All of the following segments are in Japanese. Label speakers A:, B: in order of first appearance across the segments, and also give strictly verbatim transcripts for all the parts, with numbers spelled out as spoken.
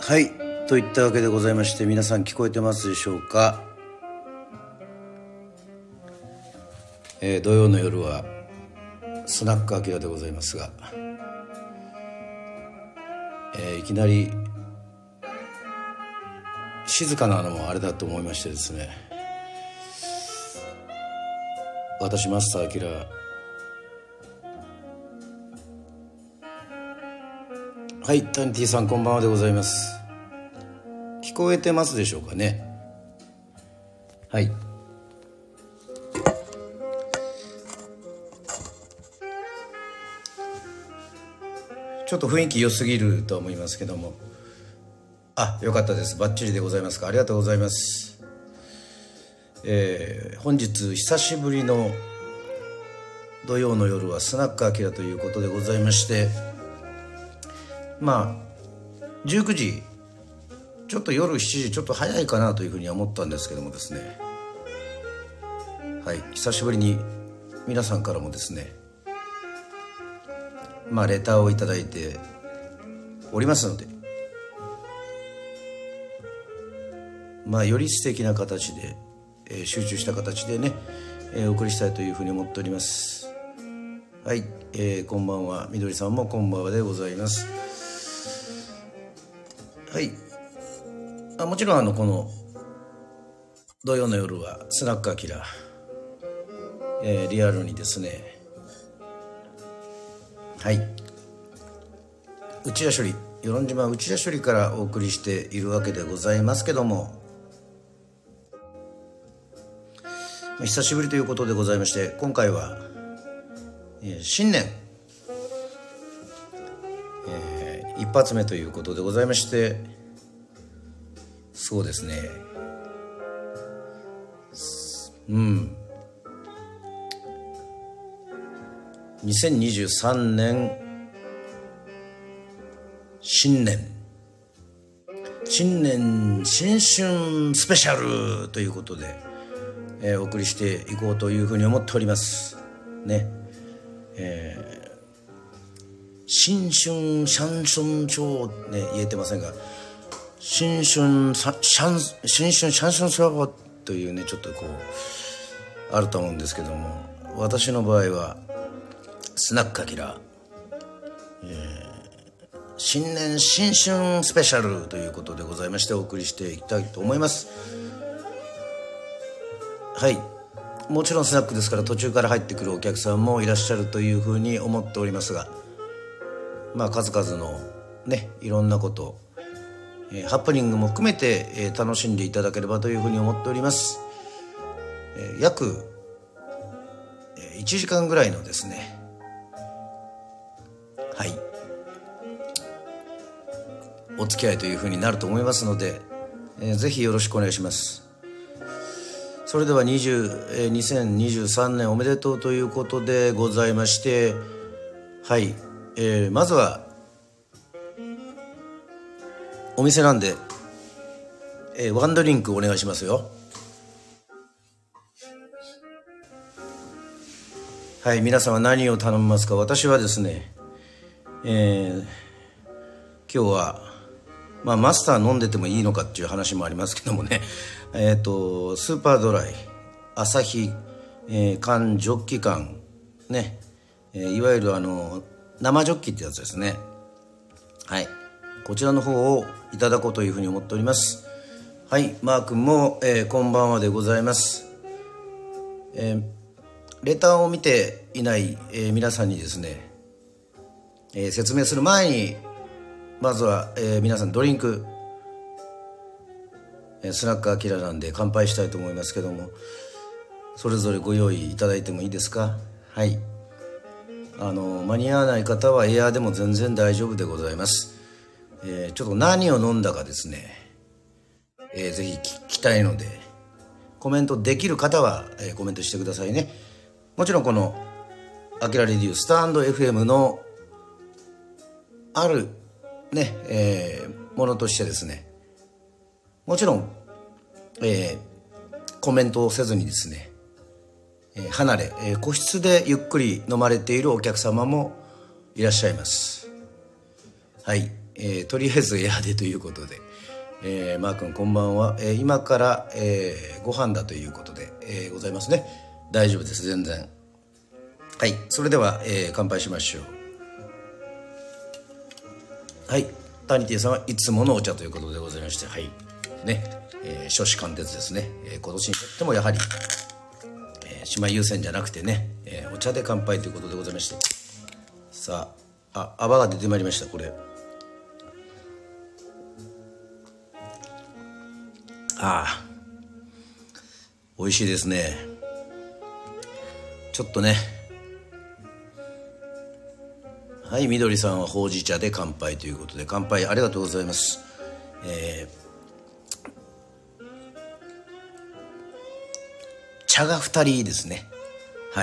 A: はい、といったわけでございまして、皆さん聞こえてますでしょうか。えー、土曜の夜はスナックアキラでございますが、えー、いきなり静かなのもあれだと思いましてですね、私マスターアキラ、はい、タニティさんこんばんはでございます。聞こえてますでしょうかね。はい、ちょっと雰囲気良すぎると思いますけども、あ、よかったです。バッチリでございますか。ありがとうございます。えー、本日久しぶりの土曜の夜はスナックアキラということでございまして、まあじゅうくじ、ちょっと夜しちじちょっと早いかなというふうには思ったんですけどもですね、はい、久しぶりに皆さんからもですね、まあレターをいただいておりますので、まあより素敵な形で、えー、集中した形でね、えー、お送りしたいというふうに思っております。はい、えー、こんばんは。みどりさんもこんばんはでございます。はい、あ、もちろんあのこの土曜の夜はスナックアキラ、えー、リアルにですね、はい、内谷処理、与論島内谷処理からお送りしているわけでございますけども、久しぶりということでございまして、今回は、えー、新年、えー、一発目ということでございまして、そうですね、うんにせんにじゅうさんねん新年新年新春スペシャルということで、えー、お送りしていこうというふうに思っておりますね。えー、新春シャンション帳ね、言えてませんが、新春シャン新春シャンション帳というね、ちょっとこうあると思うんですけども、私の場合はスナックアキラ、えー、新年新春スペシャルということでございまして、お送りしていきたいと思います。はい、もちろんスナックですから途中から入ってくるお客さんもいらっしゃるというふうに思っておりますが、まあ数々のね、いろんなこと、えー、ハプニングも含めて、えー、楽しんでいただければというふうに思っております。えー、約、えー、いちじかんぐらいのですね、はい、お付き合いというふうになると思いますので、えー、ぜひよろしくお願いします。それではにじゅう、えー、にせんにじゅうさんねんおめでとうということでございまして、はい、えー、まずはお店なんで、えー、ワンドリンクお願いしますよ。はい、皆さんは何を頼みますか。私はですね、えー、今日は、まあ、マスター飲んでてもいいのかっていう話もありますけどもね、えーと、スーパードライ、アサヒ、えー、缶、ジョッキ缶、ね、えー、いわゆるあの、生ジョッキってやつですね。はい。こちらの方をいただこうというふうに思っております。はい、マー君も、えー、こんばんはでございます。えー、レターを見ていない、えー、皆さんにですね、えー、説明する前に、まずは、えー、皆さんドリンク、えー、スナックアキラなんで乾杯したいと思いますけども、それぞれご用意いただいてもいいですか。はい、あの間に合わない方はエアーでも全然大丈夫でございます。えー、ちょっと何を飲んだかですね、えー、ぜひ聞きたいので、コメントできる方は、えー、コメントしてくださいね。もちろんこのアキラレディオスタンド エフエム のあるね、えー、ものとしてですね、もちろん、えー、コメントをせずにですね、えー、離れ、えー、個室でゆっくり飲まれているお客様もいらっしゃいます。はい、 えー、とりあえずエアでということで、えー、マー君こんばんは、えー、今から、えー、ご飯だということで、えー、ございますね。大丈夫です、全然。はい、それでは、えー、乾杯しましょう。はい、タニティさんはいつものお茶ということでございまして、はいね、えー、初志貫徹ですね、えー、今年にとってもやはり、えー、島優先じゃなくてね、えー、お茶で乾杯ということでございまして、さあ、あ、泡が出てまいりました。これああ、美味しいですね。ちょっとね、はい、みどりさんはほうじ茶で乾杯ということで、乾杯ありがとうございます。えー、茶がふたりですね。はい、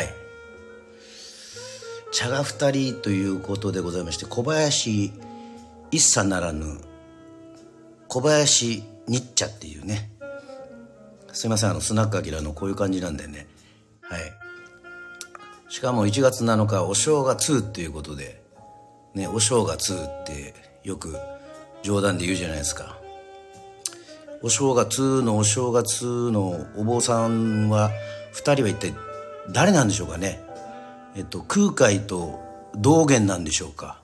A: 茶がふたりということでございまして、小林一茶ならぬ小林日茶っていうね、すいません、あのスナックアキラのこういう感じなんでね、はい、しかもいちがつなのかお正月っていうことでね、お正月ってよく冗談で言うじゃないですか。お正月のお正月のお坊さんはふたりは一体誰なんでしょうかね。えっと空海と道元なんでしょうか。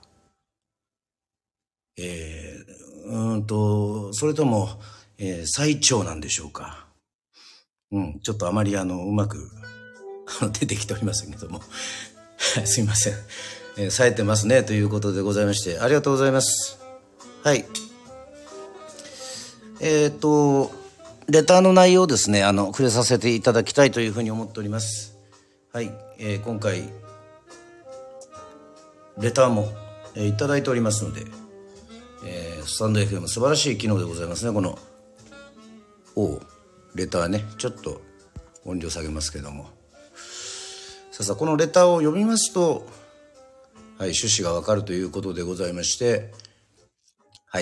A: えー、うーんとそれとも、えー、最長なんでしょうか。うん、ちょっとあまりあのうまく出てきておりませんけどもすいません、えー、冴えてますねということでございまして、ありがとうございます。はい、えっとレターの内容ですね、あの触れさせていただきたいというふうに思っております。はい、えー、今回レターも、えー、いただいておりますので、えー、スタンド エフエム 素晴らしい機能でございますね。このおレターね、ちょっと音量下げますけども、さあさあこのレターを読みますと、はい、趣旨がわかるということでございまして、はい、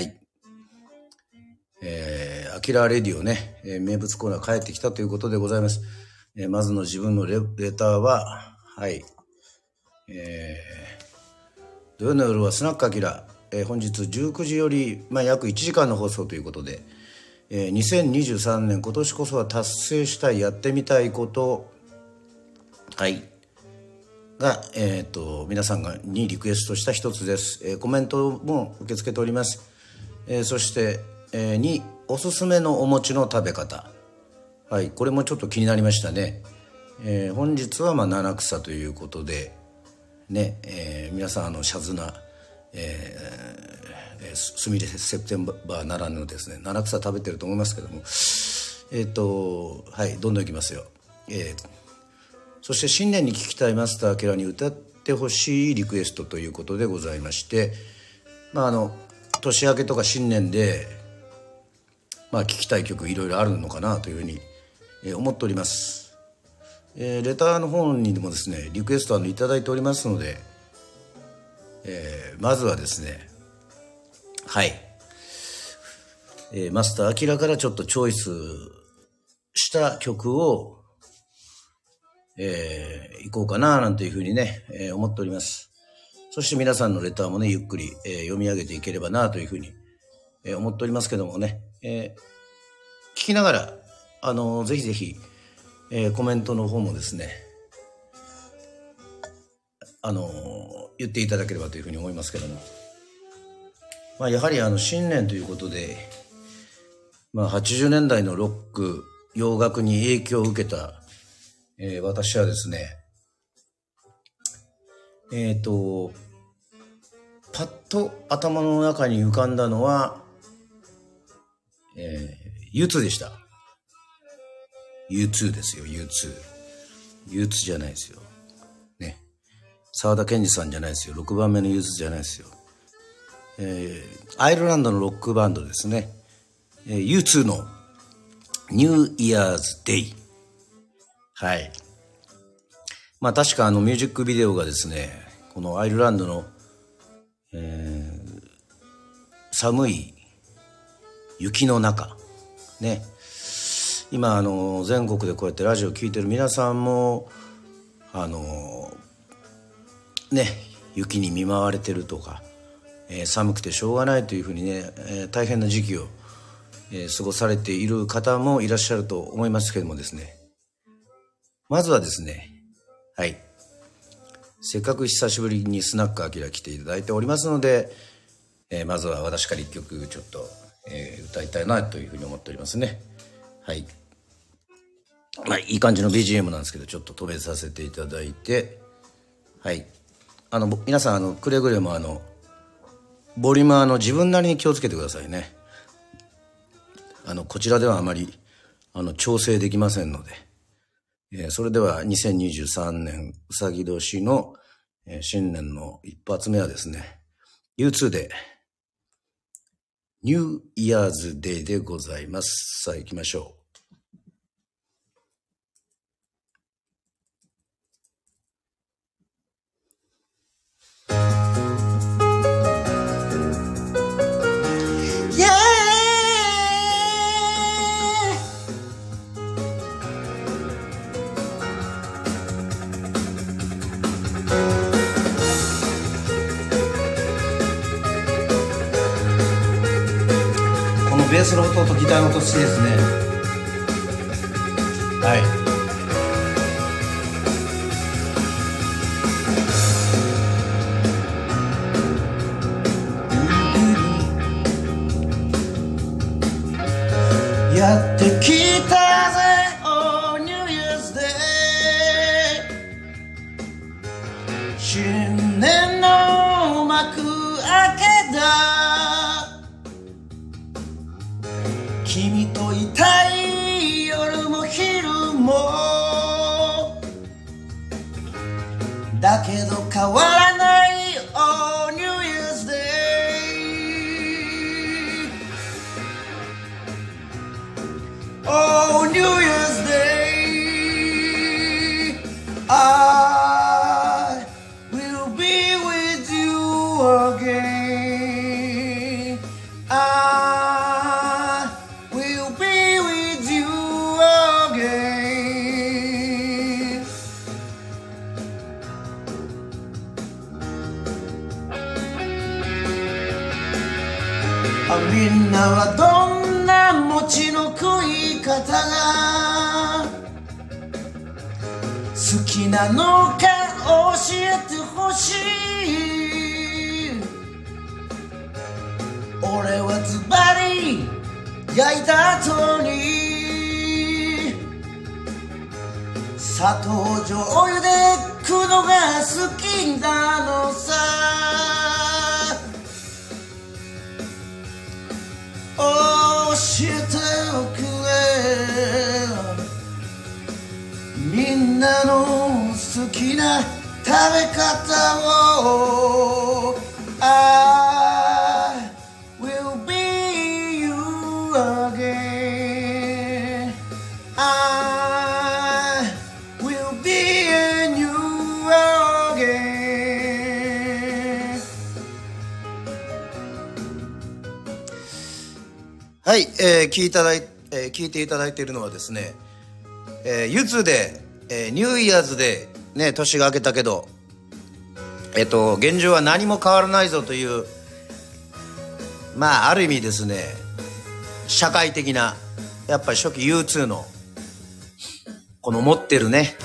A: えー、アキラレディオね、えー、名物コーナー帰ってきたということでございます。えー、まずの自分の レ, レターは、はい、えー、土曜の夜はスナックアキラ、えー、本日じゅうくじより、まあ、約いちじかんの放送ということで、えー、にせんにじゅうさんねん今年こそは達成したい、やってみたいこと、はいが、えー、と皆さんがにリクエストした一つです。えー、コメントも受け付けております。えー、そして、えー、におすすめのお餅の食べ方、はい、これもちょっと気になりましたね。えー、本日はまあ七草ということでね、えー、皆さんあのシャズナ、えー、スミレセプテンバーならぬですね、七草食べてると思いますけども、えっ、ー、とはいどんどんいきますよ。えー、そして新年に聴きたいマスターケラに歌ってほしいリクエストということでございまして、まああの年明けとか新年でまあ聴きたい曲いろいろあるのかなというふうに、えー、思っております。えー、レターの方にもですねリクエストいただいておりますので、えー、まずはですね、はい、えー、マスターアキラからちょっとチョイスした曲を、えー、いこうかななんていうふうにね、えー、思っております。そして皆さんのレターもねゆっくり、えー、読み上げていければなというふうに、えー、思っておりますけどもね、えー、聞きながらあのー、ぜひぜひ、えー、コメントの方もですねあのー、言っていただければというふうに思いますけども、まあ、やはりあの新年ということで、まあ、はちじゅうねんだいのロック洋楽に影響を受けた、えー、私はですねえっとパッと頭の中に浮かんだのは、えー、ユーツー でした。 ユーツー ですよ。 ユーツー ユーツー じゃないですよね、沢田研二さんじゃないですよ。ろくばんめのユーツーじゃないですよ。えー、アイルランドのロックバンドですね、えー、ユーツー のニューイヤーズデイ。はい、まあ確かあのミュージックビデオがですね、このアイルランドの、えー、寒い雪の中ね、今あの全国でこうやってラジオ聞いてる皆さんもあのね雪に見舞われてるとか、 えー、寒くてしょうがないというふうにね、えー、大変な時期を、えー、過ごされている方もいらっしゃると思いますけどもですね、まずはですね、はい、せっかく久しぶりにスナックアキラ来ていただいておりますので、えー、まずは私から一曲ちょっと、えー、歌いたいなというふうに思っておりますね。はい、まあいい感じの ビージーエム なんですけど、ちょっと止めさせていただいて、はい、あの皆さんあのくれぐれもあのボリュームはあの自分なりに気をつけてくださいね。あのこちらではあまりあの調整できませんので、えー、それではにせんにじゅうさんねんうさぎ年の、えー、新年の一発目はですね、 ユーツー でニューイヤーズデーでございます。さあ行きましょう。ベースの音とギターの音好きですね。はい。やってきたぜ、oh New Year's Day、 新年の幕開けだ、君といたい夜も昼も、だけど変わらない、oh New Year's Day、 oh New Year's Day、 I will be with you again、 I will be with you again。 あ、みんなはどんな餅の食い方が好きなのか教えてほしい。俺はズバリ焼いた後に砂糖醤油で食うのが好きなのさ。教えておくれ、みんなの好きな食べ方を。I will be you again、 I will be in you again。 はい、えー、聞いただい、えー、聞いていただいているのはですね、えー、ユーツーで、えー、ニューイヤーズでね、年が明けたけど、えっと現状は何も変わらないぞという、まあある意味ですね、社会的なやっぱり初期 ユーツー のこの持ってるね、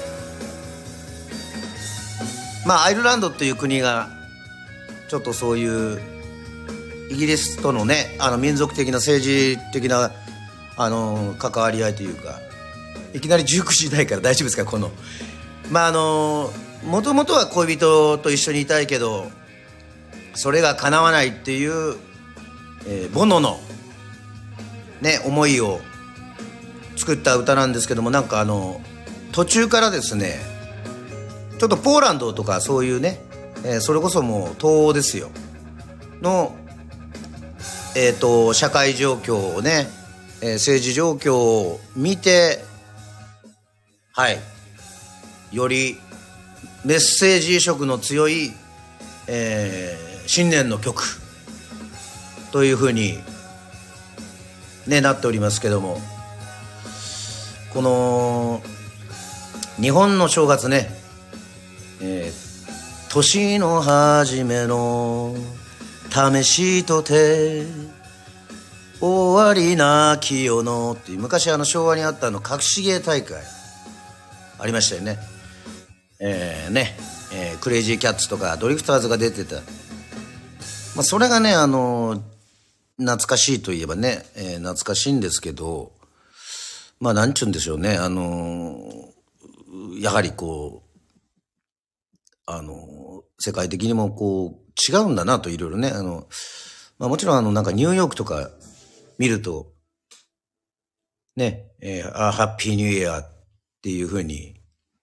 A: まあアイルランドっていう国がちょっとそういうイギリスとのね、あの民族的な政治的なあの関わり合いというか、いきなりじゅうくじ台から大丈夫ですか、このまああのもともとは恋人と一緒にいたいけどそれが叶わないっていう、えー、ボノのね思いを作った歌なんですけども、なんかあの途中からですね、ちょっとポーランドとかそういうね、えー、それこそもう東欧ですよの、えーと社会状況をね、えー、政治状況を見て、はい、よりメッセージ色の強い、えー、新年の曲というふうに、ね、なっておりますけども、この日本の正月ね、えー、年の初めの試しとて終わりなき世のっていう、昔あの昭和にあったあの隠し芸大会ありましたよね。えー、ね、えー、クレイジーキャッツとかドリフターズが出てた、まあ、それがねあの懐かしいといえばね、えー、懐かしいんですけど、まあなんちゅうんでしょうね、あのー、やはりこうあのー、世界的にもこう違うんだなといろいろね、あの、まあ、もちろんあのなんかニューヨークとか見るとね、えー、あハッピーニューイヤーっていう風に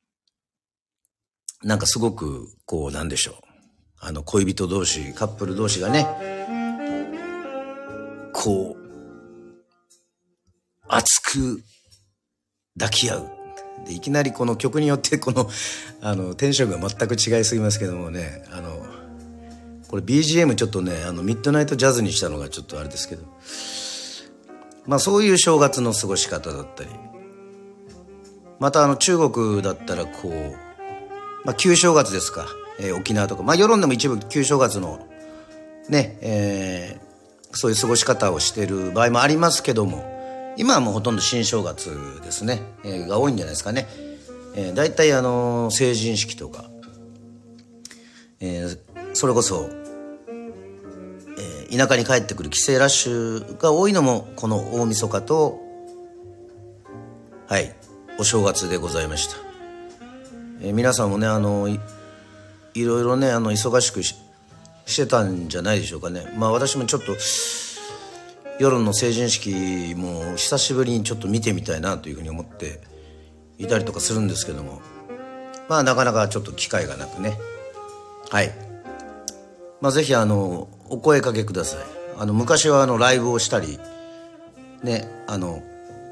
A: なんかすごくこうなんでしょう、あの恋人同士カップル同士がねこう熱く抱き合うで、いきなりこの曲によってこのあのテンションが全く違いすぎますけどもね、あのこれ ビージーエム ちょっとねあのミッドナイトジャズにしたのがちょっとあれですけど、まあそういう正月の過ごし方だったり、またあの中国だったらこう、まあ、旧正月ですか、えー、沖縄とか、まあ世論でも一部旧正月のね、えー、そういう過ごし方をしている場合もありますけども、今はもうほとんど新正月ですね、えー、が多いんじゃないですかね。えー、だいたいあの成人式とか、えー、それこそ、えー、田舎に帰ってくる帰省ラッシュが多いのもこの大晦日とはいお正月でございました。えー、皆さんもねあの い, いろいろねあの忙しく し, してたんじゃないでしょうかね。まあ私もちょっと夜の成人式も久しぶりにちょっと見てみたいなというふうに思っていたりとかするんですけども、まあなかなかちょっと機会がなくね、はい、まあぜひあのお声かけください。あの昔はあのライブをしたりね、あの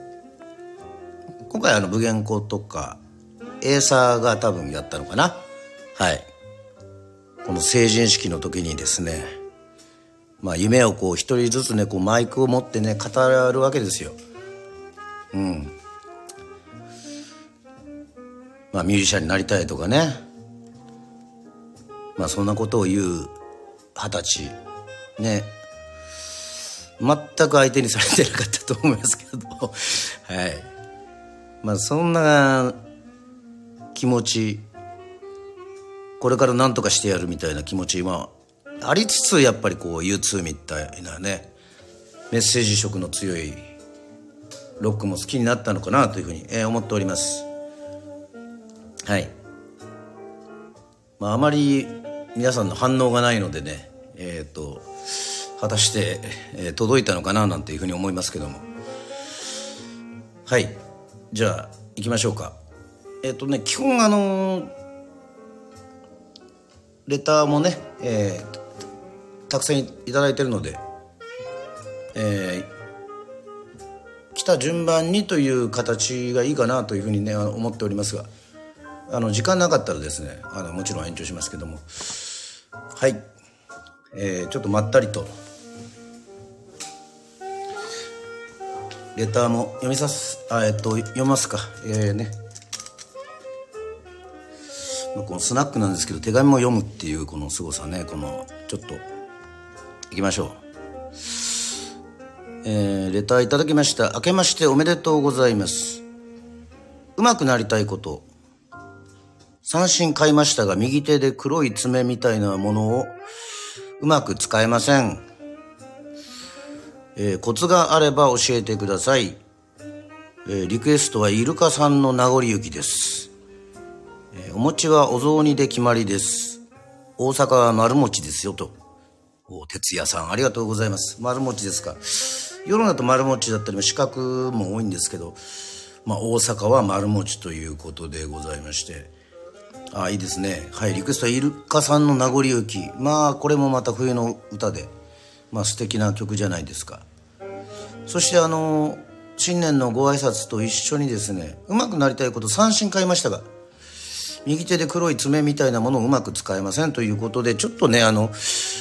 A: 今回あの武元子とかエーサーが多分やったのかな、はい、この成人式の時にですね、まあ夢をこう一人ずつねこうマイクを持ってね語るわけですよ。うん。まあミュージシャンになりたいとかね、まあそんなことを言う二十歳ね、全く相手にされてなかったと思いますけどはい、まあそんな気持ち、これから何とかしてやるみたいな気持ちまあありつつ、やっぱりこう ユーツー みたいなねメッセージ色の強いロックも好きになったのかなというふうに、えー、思っております。はい。まああまり皆さんの反応がないのでね、えっと果たして、えー、届いたのかななんていうふうに思いますけども、はい、じゃあ行きましょうか。えっとね基本あのー、レターもね、えー、たくさんいただいてるので、えー、来た順番にという形がいいかなというふうにね思っておりますが、あの時間なかったらですねあのもちろん延長しますけども、はい、えー、ちょっとまったりとレターも読みさすあえっと読ますか。えーねこのスナックなんですけど手紙も読むっていうこの凄さね、このちょっといきましょう。えー、レターいただきました。明けましておめでとうございます。うまくなりたいこと、三振買いましたが右手で黒い爪みたいなものをうまく使えません。えー、コツがあれば教えてください。えー、リクエストはイルカさんの名残雪です。えー、お餅はお雑煮で決まりです。大阪は丸餅ですよと。お哲也さんありがとうございます。丸餅ですか。世の中と丸餅だったり四角も多いんですけど、まあ、大阪は丸餅ということでございまして、あいいですね。はい、リクエストはイルカさんの名残雪。まあこれもまた冬の歌で、まあ、素敵な曲じゃないですか。そしてあの新年のご挨拶と一緒にですね、うまくなりたいこと、三振買いましたが右手で黒い爪みたいなものをうまく使えませんということで、ちょっとねあの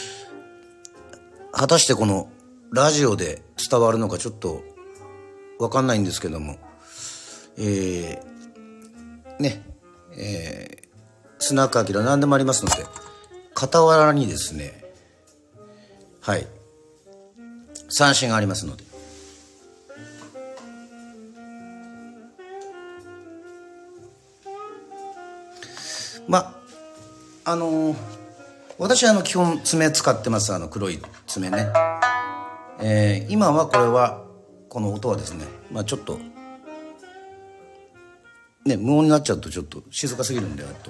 A: 果たしてこのラジオで伝わるのかちょっと分かんないんですけども、えー、ねえー、スナックアキラ何でもありますので、傍らにですねはい、三振がありますので。まあのー、私はあの基本爪使ってます。あの黒い爪ね、えー、今はこれはこの音はですね、まあ、ちょっとね無音になっちゃうとちょっと静かすぎるんで、あと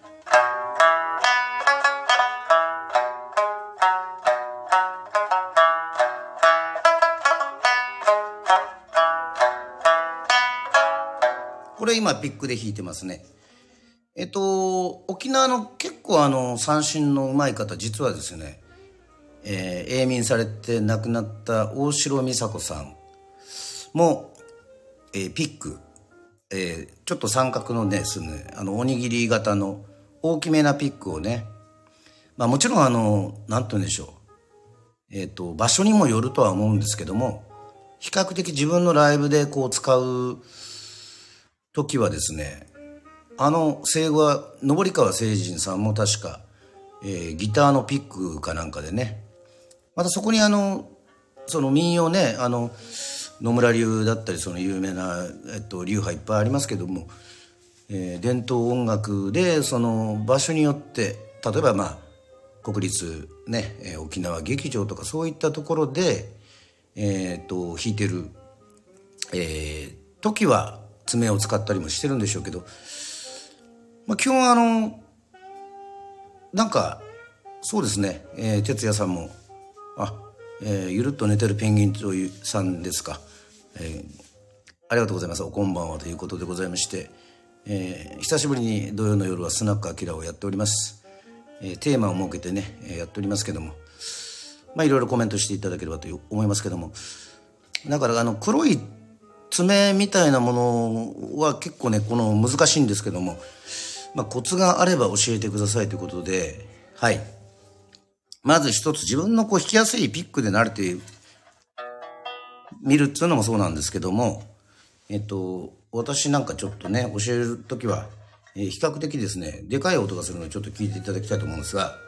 A: これ今ピックで弾いてますね。えっと沖縄の結構あの三振のうまい方、実はですね、えー、永眠されて亡くなった大城美佐子さんも、えー、ピック、えー、ちょっと三角のですね、あのおにぎり型の大きめなピックをね、まあもちろんあのなんて言うんでしょう、えっと場所にもよるとは思うんですけども、比較的自分のライブでこう使う時はですね、あの生後は登川誠人さんも確か、えー、ギターのピックかなんかでね、またそこにあのその民謡ね、あの野村流だったり、その有名な、えっと、流派いっぱいありますけども、えー、伝統音楽でその場所によって、例えばまあ国立ね、えー、沖縄劇場とかそういったところで、えー、っと弾いてる、えー、時は爪を使ったりもしてるんでしょうけど、まあ、基本あのなんかそうですね、えー、哲也さんもあ、えー、ゆるっと寝てるペンギンというさんですか、えー、ありがとうございます。おこんばんはということでございまして、えー、久しぶりに土曜の夜はスナックアキラをやっております。えー、テーマを設けてね、えー、やっておりますけども、まあいろいろコメントしていただければと思いますけども、だからあの黒い爪みたいなものは結構ねこの難しいんですけども、まあ、コツがあれば教えてくださいということで、はい、まず一つ自分のこう弾きやすいピックで慣れてみるっていうのもそうなんですけども、えっと私なんかちょっとね教えるときは、えー、比較的ですねでかい音がするのでちょっと聞いていただきたいと思うんですが、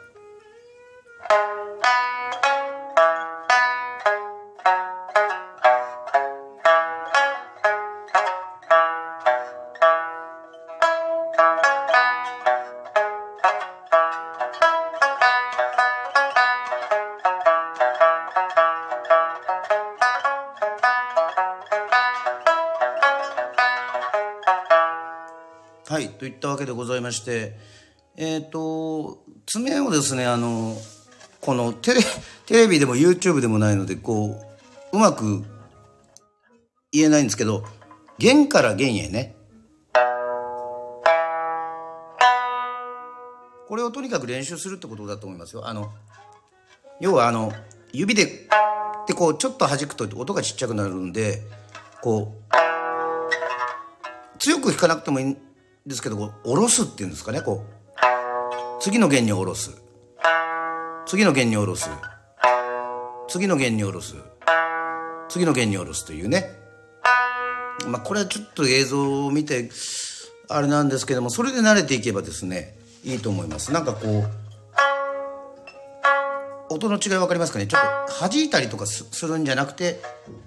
A: はいといったわけでございまして、えっと爪をですね、あのこのテレ、テレビでも YouTube でもないのでこううまく言えないんですけど、弦から弦へね、これをとにかく練習するってことだと思いますよ。あの要はあの指でってこうちょっと弾くと音がちっちゃくなるんで、こう強く弾かなくてもいいんですけど、こう下ろすっていうんですかね、こう次の弦に下ろす、次の弦に下ろす、次の弦に下ろす、次の弦に下ろすというね、まあこれはちょっと映像を見てあれなんですけども、それで慣れていけばですねいいと思います。なんかこう音の違い分かりますかね。ちょっと弾いたりとか す, するんじゃなくて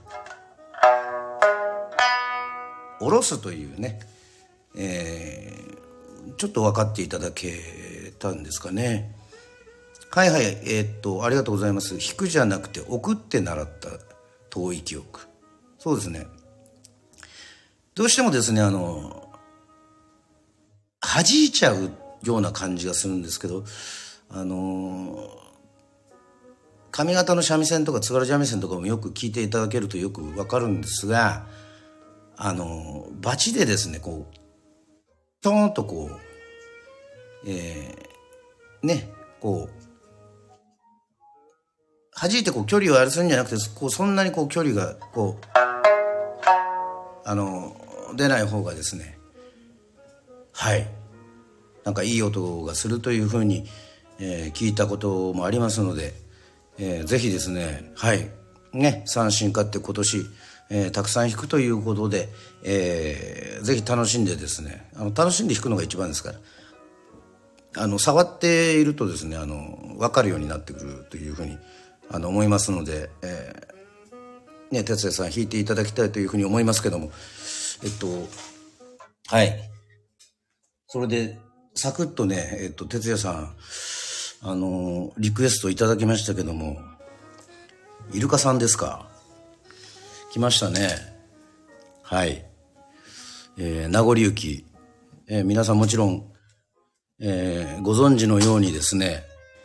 A: 下ろすというね、えー、ちょっと分かっていただけたんですかね。はいはい、えー、っとありがとうございます。弾くじゃなくて送って習った遠い記憶、そうですね。どうしてもですねあの弾いちゃうような感じがするんですけど、あの上方の三味線とか津軽三味線とかもよく聞いていただけるとよく分かるんですが、あのバチでですねこうトーンとこう、えー、ねこう弾いてこう距離をあれするんじゃなくて、こうそんなにこう距離がこうあの出ない方がですね、はいなんかいい音がするというふうに、えー、聞いたこともありますので、えー、ぜひですねはいね三振買って今年、えー、たくさん弾くということで、えー、ぜひ楽しんでですね、あの楽しんで弾くのが一番ですから、あの触っているとですねあの分かるようになってくるというふうにあの思いますので、えー、ね、哲也さん弾いていただきたいというふうに思いますけども、えっとはいそれでサクッとね、えっと哲也さんあのリクエストいただきましたけども、イルカさんですか。来ましたね。はい、えー、名残雪、えー、皆さんもちろん、えー、ご存知のようにですね、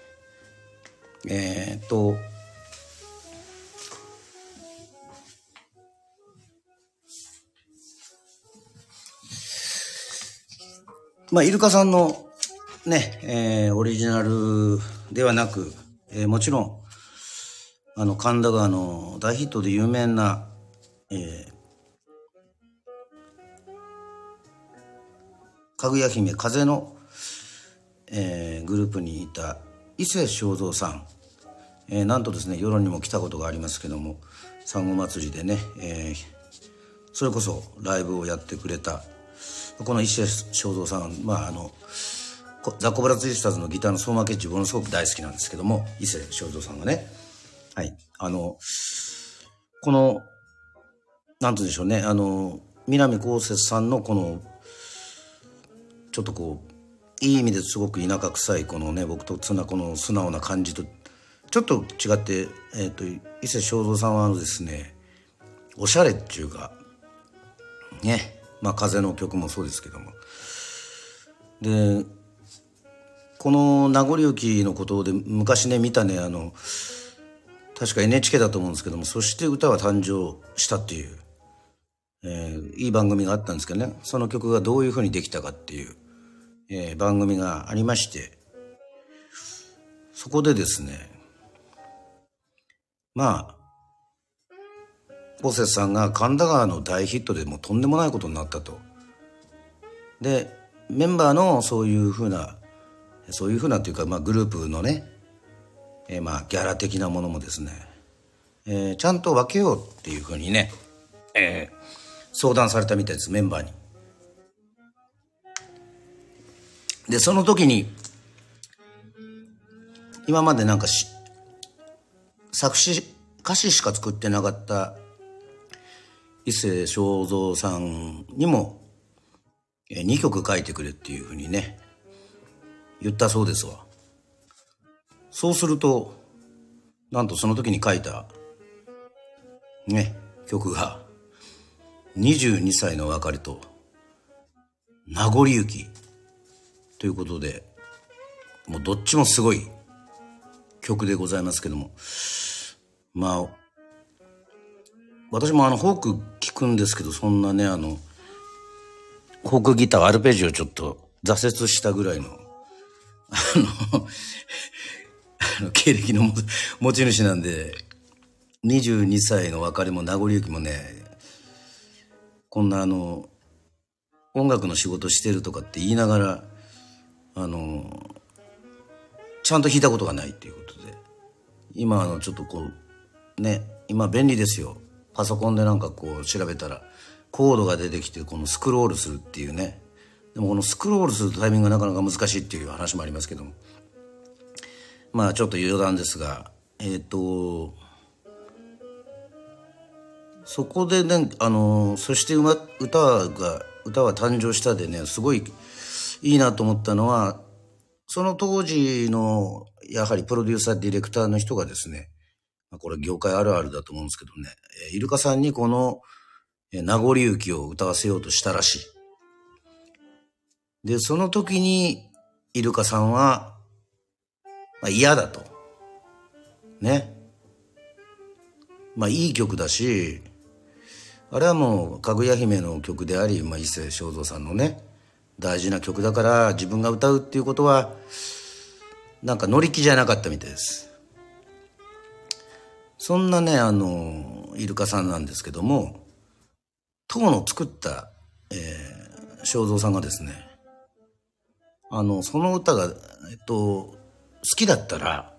A: えー、っとまあイルカさんのね、えー、オリジナルではなく、えー、もちろんあの神田川の大ヒットで有名な、えー、かぐや姫風の、えー、グループにいた伊勢正三さん、えー、なんとですね世論にも来たことがありますけども、産後祭りでね、えー、それこそライブをやってくれたこの伊勢正三さん、まああのザ・コブラツイスターズのギターの相馬ケッチものすごく大好きなんですけども、伊勢正三さんがね、はい、あのこのなんて言うんでしょうね、あの南こうせつさんのこのちょっとこういい意味ですごく田舎臭いこのね、僕とつなこの素直な感じとちょっと違って、えー、と伊勢正三さんはあのですね、おしゃれっていうかね、まあ風の曲もそうですけども、でこの名残雪のことで昔ね見たね、あの確か エヌエイチケー だと思うんですけども、そして歌は誕生したっていう、えー、いい番組があったんですけどね、その曲がどういうふうにできたかっていう、えー、番組がありまして、そこでですね、まあこうせつさんが神田川の大ヒットでもうとんでもないことになったと。でメンバーのそういうふうなそういうふうなというか、まあ、グループのね、えー、まあギャラ的なものもですね、えー、ちゃんと分けようっていうふうにね、えー、相談されたみたいです、メンバーに。でその時に今までなんかし作詞歌詞しか作ってなかった伊勢正三さんにもにきょく書いてくれっていうふうにね言ったそうですわ。そうするとなんとその時に書いたね曲がにじゅうにさいの別れと名残雪ということで、もうどっちもすごい曲でございますけども、まあ私もあのフォーク聞くんですけど、そんなねあのフォークギターアルペジオちょっと挫折したぐらいのあのあの経歴の持ち主なんで、にじゅうにさいの別れも名残雪もね、こんなあの音楽の仕事してるとかって言いながらあのちゃんと弾いたことがないっていうことで、今あのちょっとこうね、今便利ですよ、パソコンでなんかこう調べたらコードが出てきてこのスクロールするっていうね。でもこのスクロールするタイミングがなかなか難しいっていう話もありますけども、まあちょっと余談ですが、えっとそこでね、あのそして歌が歌は誕生したでね、すごいいいなと思ったのは、その当時のやはりプロデューサーディレクターの人がですね、これ業界あるあるだと思うんですけどね、イルカさんにこの名残雪を歌わせようとしたらしい。でその時にイルカさんは、まあ、嫌だとね、まあいい曲だし、あれはもうかぐや姫の曲であり、まあ、伊勢正三さんのね大事な曲だから自分が歌うっていうことはなんか乗り気じゃなかったみたいです。そんなねあのイルカさんなんですけども、当の作った、えー、正三さんがですね、あのその歌が、えっと、好きだったら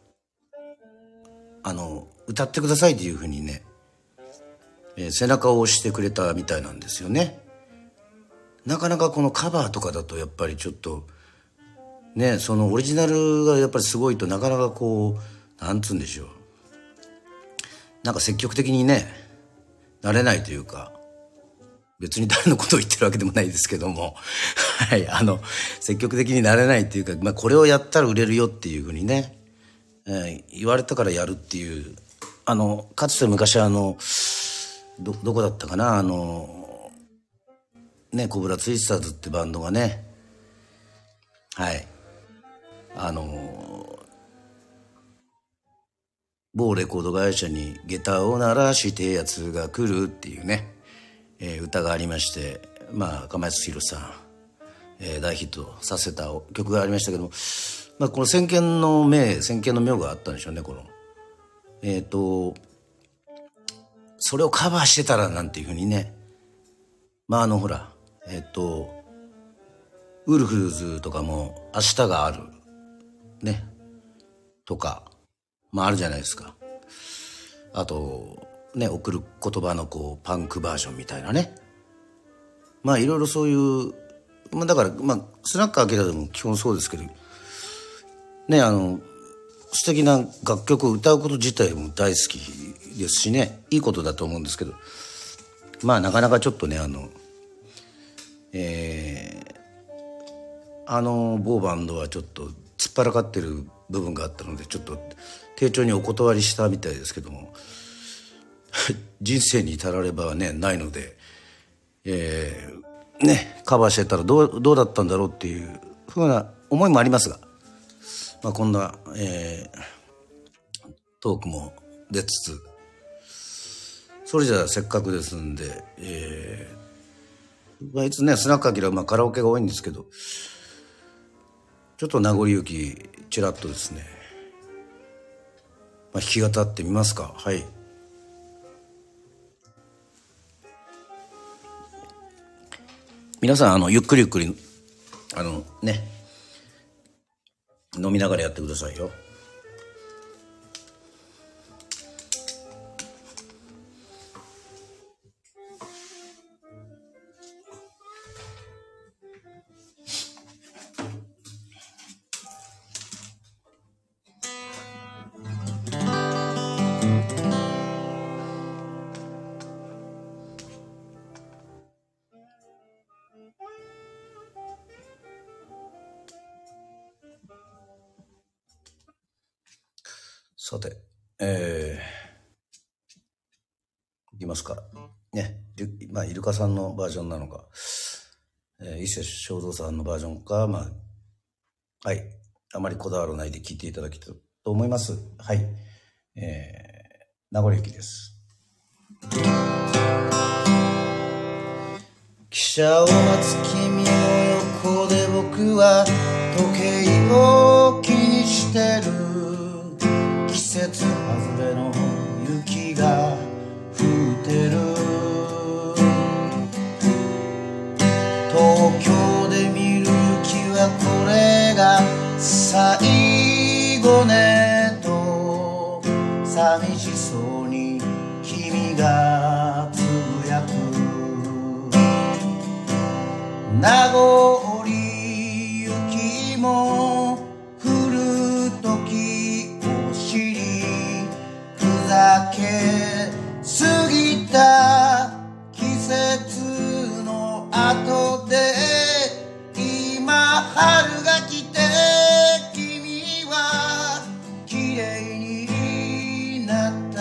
A: あの歌ってくださいっていうふうにね、えー、背中を押してくれたみたいなんですよね。なかなかこのカバーとかだとやっぱりちょっとね、そのオリジナルがやっぱりすごいとなかなかこうなんつうんでしょう、 なんか積極的にねなれないというか、別に誰のことを言ってるわけでもないですけどもはいあの積極的になれないというか、まあ、これをやったら売れるよっていうふうにね、えー、言われたからやるっていう、あのかつて昔あのどどこだったかな、あのねコブラツイスターズってバンドがね、はいあの某レコード会社に下駄を鳴らしてやつが来るっていうね、えー、歌がありまして、まあ赤松宏さん、えー、大ヒットさせた曲がありましたけども、まあ、この先見の明先見の妙があったんでしょうね。このえっとそれをカバーしてたらなんていうふうにね、まああのほらえっとウルフルズとかも明日があるねとかまああるじゃないですか。あとね、送る言葉のこうパンクバージョンみたいなね、まあいろいろそういう、まあ、だからまあスナックアキラでも基本そうですけどね、あの素敵な楽曲を歌うこと自体も大好きですしね、いいことだと思うんですけど、まあなかなかちょっとねあのえー、あの某バンドはちょっと突っ張らかってる部分があったのでちょっと丁重にお断りしたみたいですけども人生に至らればねないので、えー、ねカバーしてたらどう、どうだったんだろうっていうふうな思いもありますが、まあ、こんな、えー、トークも出つつ、それじゃあせっかくですんで、えーまあ、いつねスナックアキラ、まあ、カラオケが多いんですけど、ちょっと名残雪ちらっとですね、まあ、弾き語ってみますか。はい。皆さんあのゆっくりゆっくりあのね飲みながらやってくださいよ。さて、えー、いきますかね。まあイルカさんのバージョンなのか、えー、伊勢正蔵さんのバージョンか、まあはい、あまりこだわらないで聞いていただきたいと思います。はい、えー、名残雪です。汽車を待つ君の横で僕は時計を気にしてる。季節外れの雪が降ってる。東京で見る雪はこれが最後ねと寂しそうに君がつぶやく。名残雪も降る時を知り、ふざけ過ぎた季節の後で今春が来て君は綺麗になった。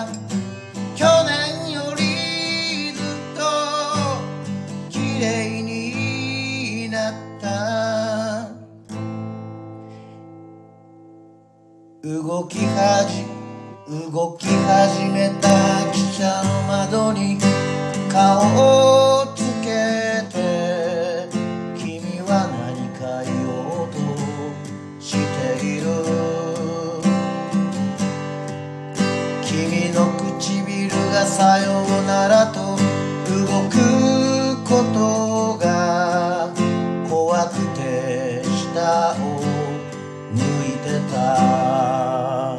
A: 去年よりずっと綺麗になった。動きはじ動き始めた汽車の窓に顔をつけて、君は何か言おうとしている。君の唇がさようならと動くことが怖くて下を向いてた。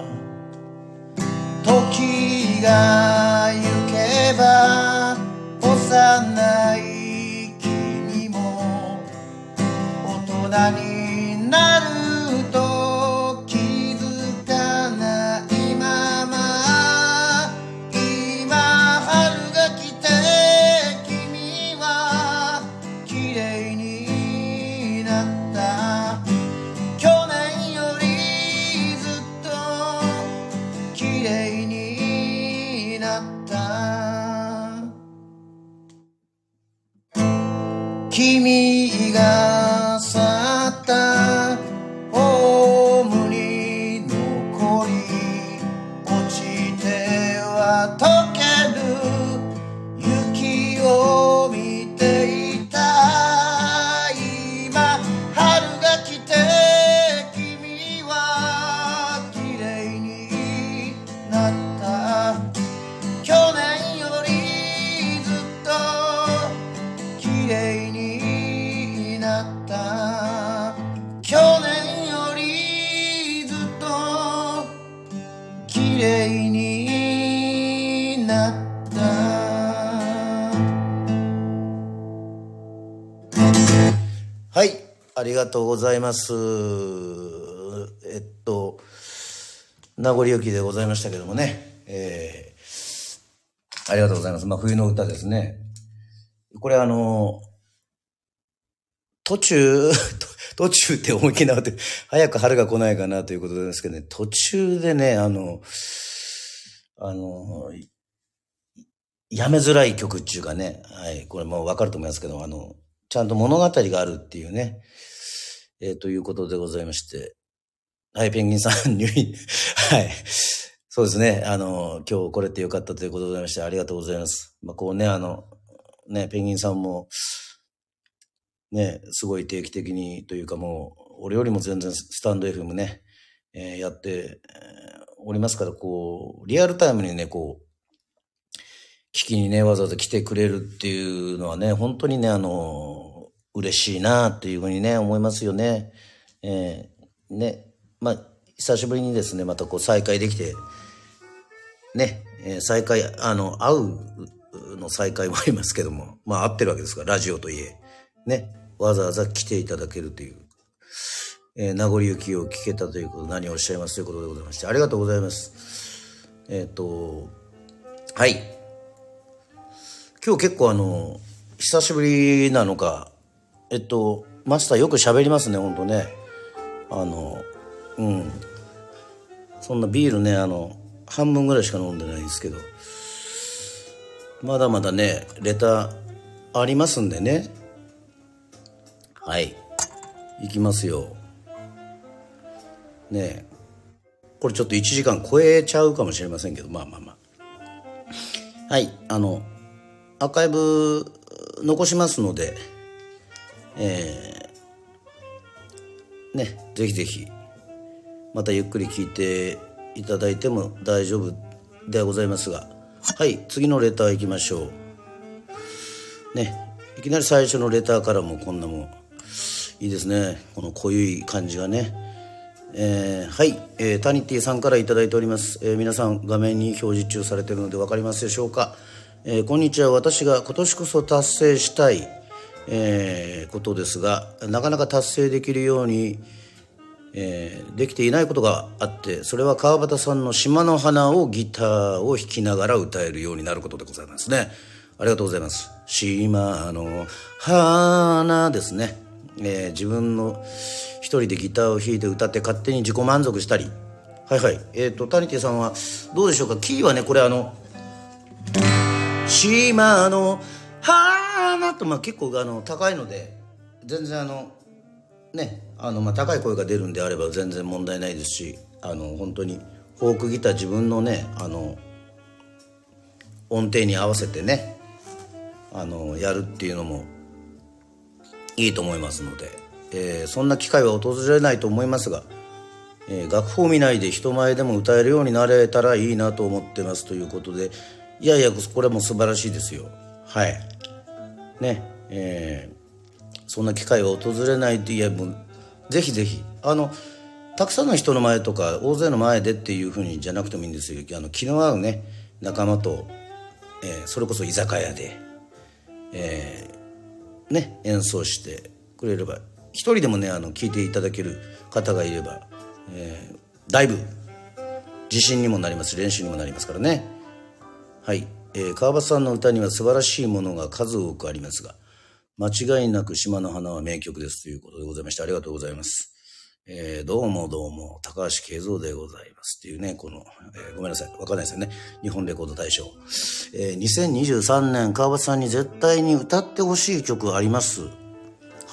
A: 時が行けば幼い君も大人になると気づかないまま君が去ったホームに残り落ちては溶ける雪を見ていた。今春が来て君は綺麗になった。去年よりずっと綺麗になった。去年よりずっと綺麗になった。はい、ありがとうございます。えっと名残雪でございましたけどもね、えーありがとうございます。まあ、冬の歌ですね。これあの、途中、途中って思いっきりなって、早く春が来ないかなということですけどね、途中でね、あの、あの、やめづらい曲っていうかね、はい、これもうわかると思いますけど、あの、ちゃんと物語があるっていうね、えー、ということでございまして、はい、ペンギンさん入院、はい。そうですね。あの、今日来れてよかったということでございまして、ありがとうございます。まあ、こうね、あの、ね、ペンギンさんも、ね、すごい定期的にというかもう、俺よりも全然スタンド エフエム ね、えー、やって、えー、おりますから、こう、リアルタイムにね、こう、聞きにね、わざわざ来てくれるっていうのはね、本当にね、あの、嬉しいなっていうふうにね、思いますよね。えー、ね、まあ、久しぶりにですね、またこう再会できて、ね、えー、再会、あの、会うの再会もありますけども、まあ会ってるわけですから、ラジオといえ、ね、わざわざ来ていただけるという、えー、名残雪を聞けたということ、何をおっしゃいますということでございまして、ありがとうございます。えっと、はい。今日結構あの、久しぶりなのか、えっと、マスターよく喋りますね、ほんとね。あの、うん。そんなビールね、あの、半分ぐらいしか飲んでないんですけど、まだまだねレターありますんでね、はい、いきますよね。これちょっといちじかん超えちゃうかもしれませんけど、まあまあまあ、はい、あのアーカイブ残しますので、えー、ね、ぜひぜひまたゆっくり聞いていただいても大丈夫でございますが、はい、次のレター行きましょうね。いきなり最初のレターからもこんなもんいいですね、この濃い感じがね。えー、はい、えー、タニティさんからいただいております。えー、皆さん画面に表示中されているので分かりますでしょうか。えー、こんにちは。私が今年こそ達成したい、えー、ことですが、なかなか達成できるようにえー、できていないことがあって、それは川端さんの島の花をギターを弾きながら歌えるようになることでございますね。ありがとうございます。島の花ですね、えー、自分の一人でギターを弾いて歌って勝手に自己満足したり、はいはい、えーとタニティさんはどうでしょうか。キーはね、これあの島の花と、まあ、結構あの高いので全然あのね、あのまあ高い声が出るんであれば全然問題ないですし、あの本当にフォークギター自分のね、あの音程に合わせてね、あのやるっていうのもいいと思いますので、えー、そんな機会は訪れないと思いますが、えー、楽譜を見ないで人前でも歌えるようになれたらいいなと思ってますということで、いやいやこれも素晴らしいですよ。はいね、えーそんな機会は訪れないと、いやもうぜひぜひあのたくさんの人の前とか大勢の前でっていう風にじゃなくてもいいんですよ。あの気の合うね仲間と、えー、それこそ居酒屋で、えー、ね演奏してくれれば、一人でもねあの聴いていただける方がいれば、えー、だいぶ自信にもなります、練習にもなりますからね。はい、えー、川端さんの歌には素晴らしいものが数多くありますが、間違いなく島の花は名曲ですということでございまして、ありがとうございます。えー、どうもどうも高橋慶三でございますっていうね、この、えー、ごめんなさい、わかんないですよね、日本レコード大賞、えー、にせんにじゅうさんねん川端さんに絶対に歌ってほしい曲あります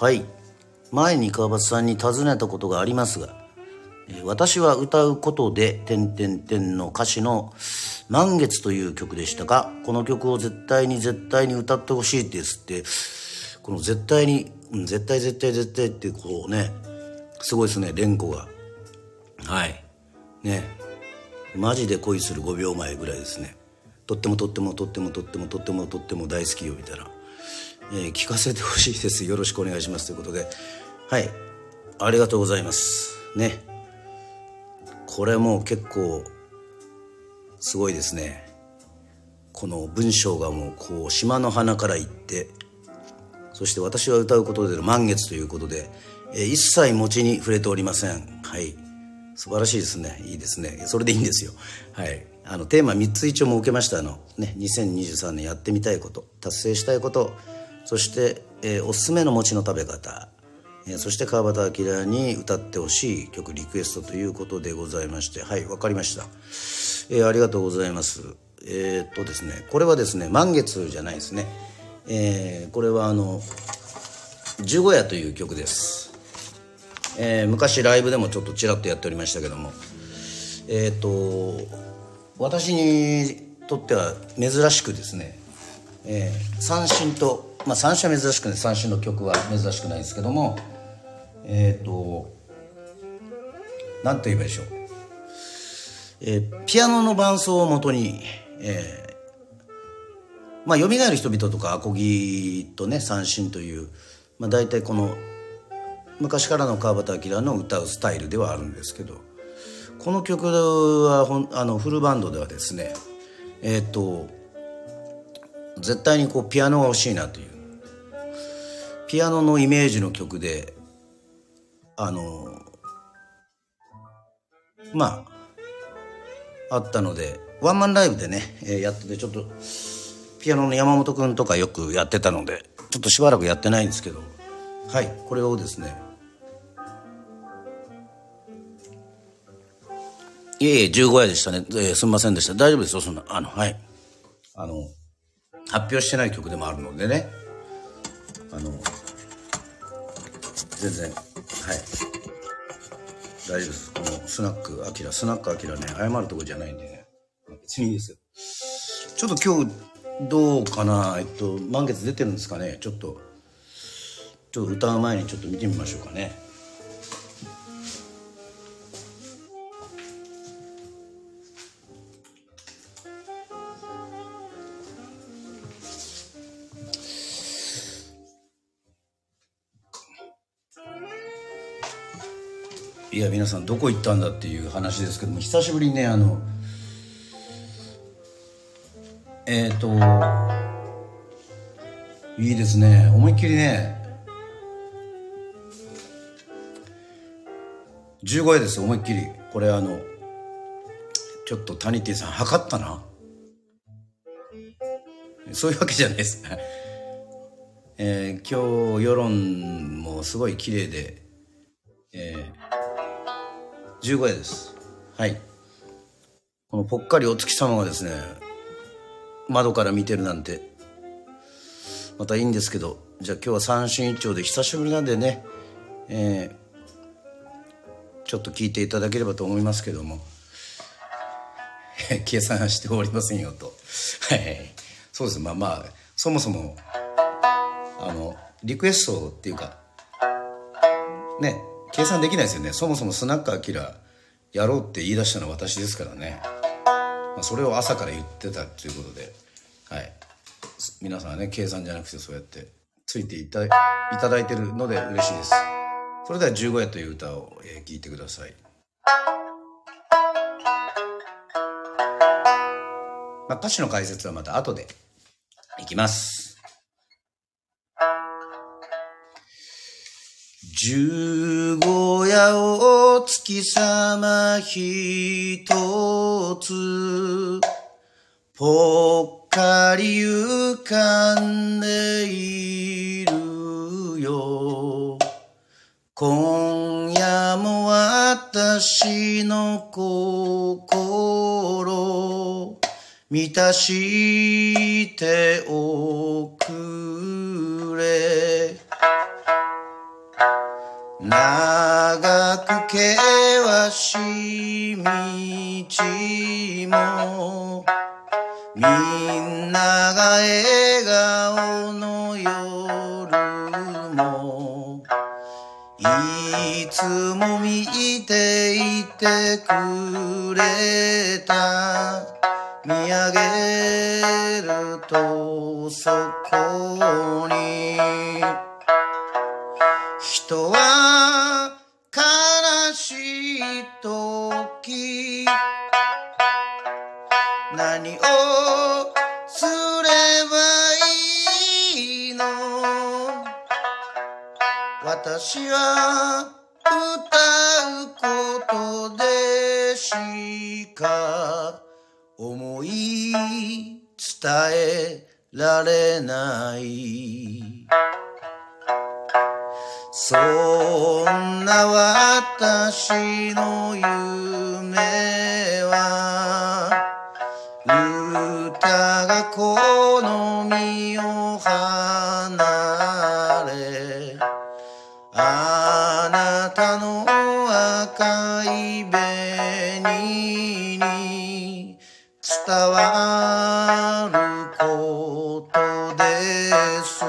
A: はい。前に川端さんに尋ねたことがありますが、えー私は歌うことで、点々点の歌詞の満月という曲でしたが、この曲を絶対に絶対に歌ってほしいですって、この絶対に、うん絶対絶対絶対ってこうね、すごいですね、連呼が。はい。ね。マジで恋するごびょうまえぐらいですね。とってもとってもとってもとってもとってもとっても大好きよみたいな。えー聞かせてほしいです。よろしくお願いしますということで。はい。ありがとうございます。ね。これも結構すごいですね。この文章がもうこう島の花から言って、そして私は歌うことでの満月ということで、えー一切餅に触れておりません。はい。素晴らしいですね。いいですね。それでいいんですよ。はい。あのテーマみっつ一応設けました。あのね、にせんにじゅうさんねんやってみたいこと、達成したいこと、そして、えーおすすめの餅の食べ方、えーそして川端明に歌ってほしい曲リクエストということでございまして、はい、わかりました。えーありがとうございます。えーっとですね、これはですね、満月じゃないですね。えーこれはあの十五夜という曲です。えー昔ライブでもちょっとちらっとやっておりましたけども、えーっと私にとっては珍しくですね、えー三振と、まあ三振は珍しくない、三振の曲は珍しくないですけども、えっ、と何と言えばいいでしょう、えーピアノの伴奏をもとに、えーまあ蘇る人々とかアコギとね三振という、まあ、大体この昔からの川端明の歌うスタイルではあるんですけど、この曲はほんあのフルバンドではですね、えっ、と絶対にこうピアノが欲しいなという、ピアノのイメージの曲で、あのまああったので、ワンマンライブでね、えーやってて、ちょっとピアノの山本くんとかよくやってたので、ちょっとしばらくやってないんですけど、はい、これをですね、いえいえじゅうご夜でしたね、えーすみませんでした。大丈夫ですよ、そんな、あのはいあの発表してない曲でもあるのでね、あの全然はい大丈夫です。このスナックアキラスナックアキラね、謝るとこじゃないんでね、別にいいですよ。ちょっと今日どうかな、えっと満月出てるんですかね。ちょっとちょっと歌う前にちょっと見てみましょうかね。いや皆さんどこ行ったんだっていう話ですけども、久しぶりにね、あのえっ、といいですね、思いっきりね、じゅうご夜ですよ、思いっきり。これあのちょっとタニティさん測ったな、そういうわけじゃないです。えー今日世論もすごい綺麗で、えーじゅうご夜です。はい。このぽっかりお月様がですね、窓から見てるなんてまたいいんですけど、じゃあ今日は三振一丁で久しぶりなんでね、えーちょっと聞いていただければと思いますけども、計算はしておりませんよと。はい。そうです。まあまあ、そもそもあのリクエストっていうかね、計算できないですよね。そもそもスナックアキラやろうって言い出したのは私ですからね。まあ、それを朝から言ってたということで、はい。皆さんはね、計算じゃなくてそうやってついていたいただいてるので嬉しいです。それではじゅうご夜という歌を、えー聞いてください。まあ、歌詞の解説はまた後でいきます。十五夜お月様ひとつ、ぽっかり浮かんでいるよ。今夜も私の心満たしておくれ。 長く険しい道もみんなが笑顔の夜もいつも見ていてくれた見上げるとそこに人は悲しい時何をすればいいの私は歌うことでしか思い伝えられないそんな私の夢は歌がこの身を離れあなたの赤い紅に伝わることです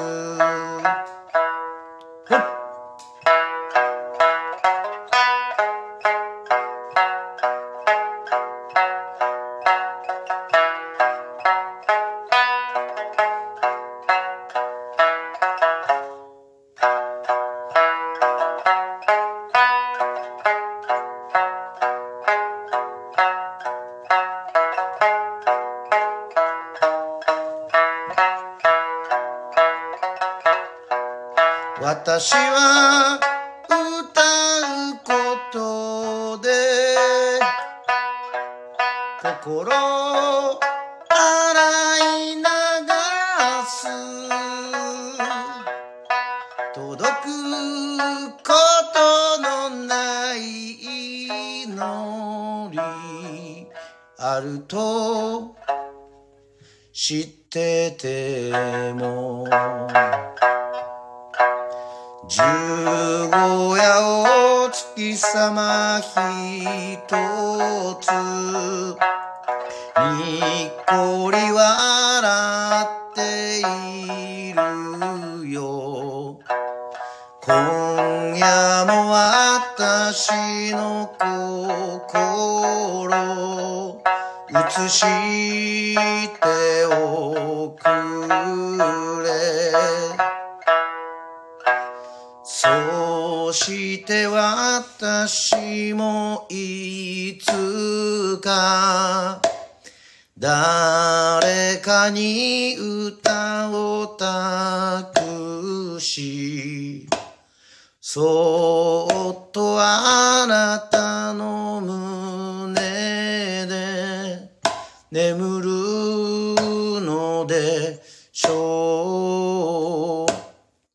A: 私は歌うことで心洗い流す届くことのない祈りあると知ってても十五夜を月様一つにっこり笑っているよ今夜も私の心映しておくれそうして私もいつか誰かに歌を託しそっとあなたの胸で眠るのでしょう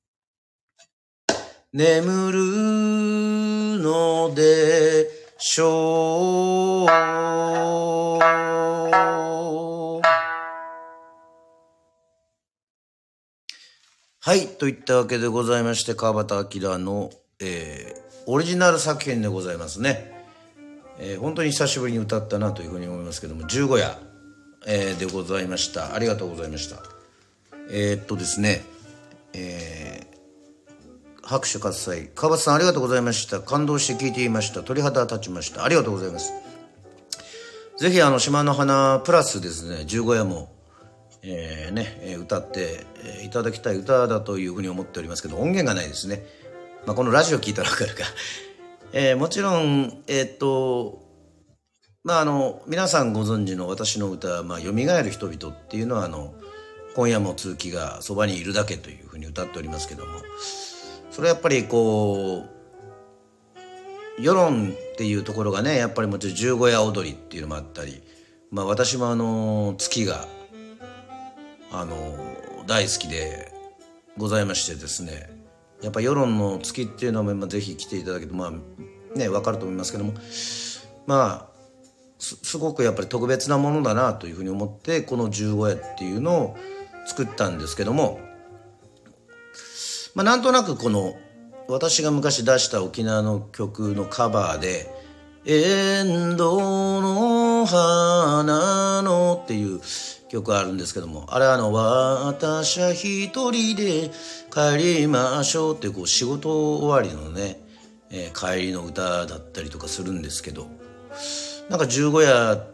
A: 眠るのでしょうはいといったわけでございまして川端明の、えー、オリジナル作品でございますね、えー、本当に久しぶりに歌ったなというふうに思いますけども十五夜、えー、でございましたありがとうございましたえー、っとですねえー拍手喝采川端さんありがとうございました感動して聞いていました鳥肌立ちましたありがとうございますぜひあの島の花プラスですね十五夜も、えー、ね歌っていただきたい歌だというふうに思っておりますけど音源がないですね、まあ、このラジオ聞いたら分かるか、えー、もちろんえー、っとまああの皆さんご存知の私の歌「まあ、蘇る人々」っていうのはあの今夜も通気がそばにいるだけというふうに歌っておりますけどもそれはやっぱりこう世論っていうところがねやっぱりもちろん十五夜踊りっていうのもあったりまあ私もあの月があの大好きでございましてですねやっぱ世論の月っていうのもぜひ来ていただけるとまあね分かると思いますけどもまあ す, すごくやっぱり特別なものだなというふうに思ってこの十五夜っていうのを作ったんですけどもまあ、なんとなくこの私が昔出した沖縄の曲のカバーで「エンドの花の」っていう曲あるんですけども、あれはあの「私は一人で帰りましょう」っていうこう仕事終わりのね、えー、帰りの歌だったりとかするんですけど、なんか十五夜って、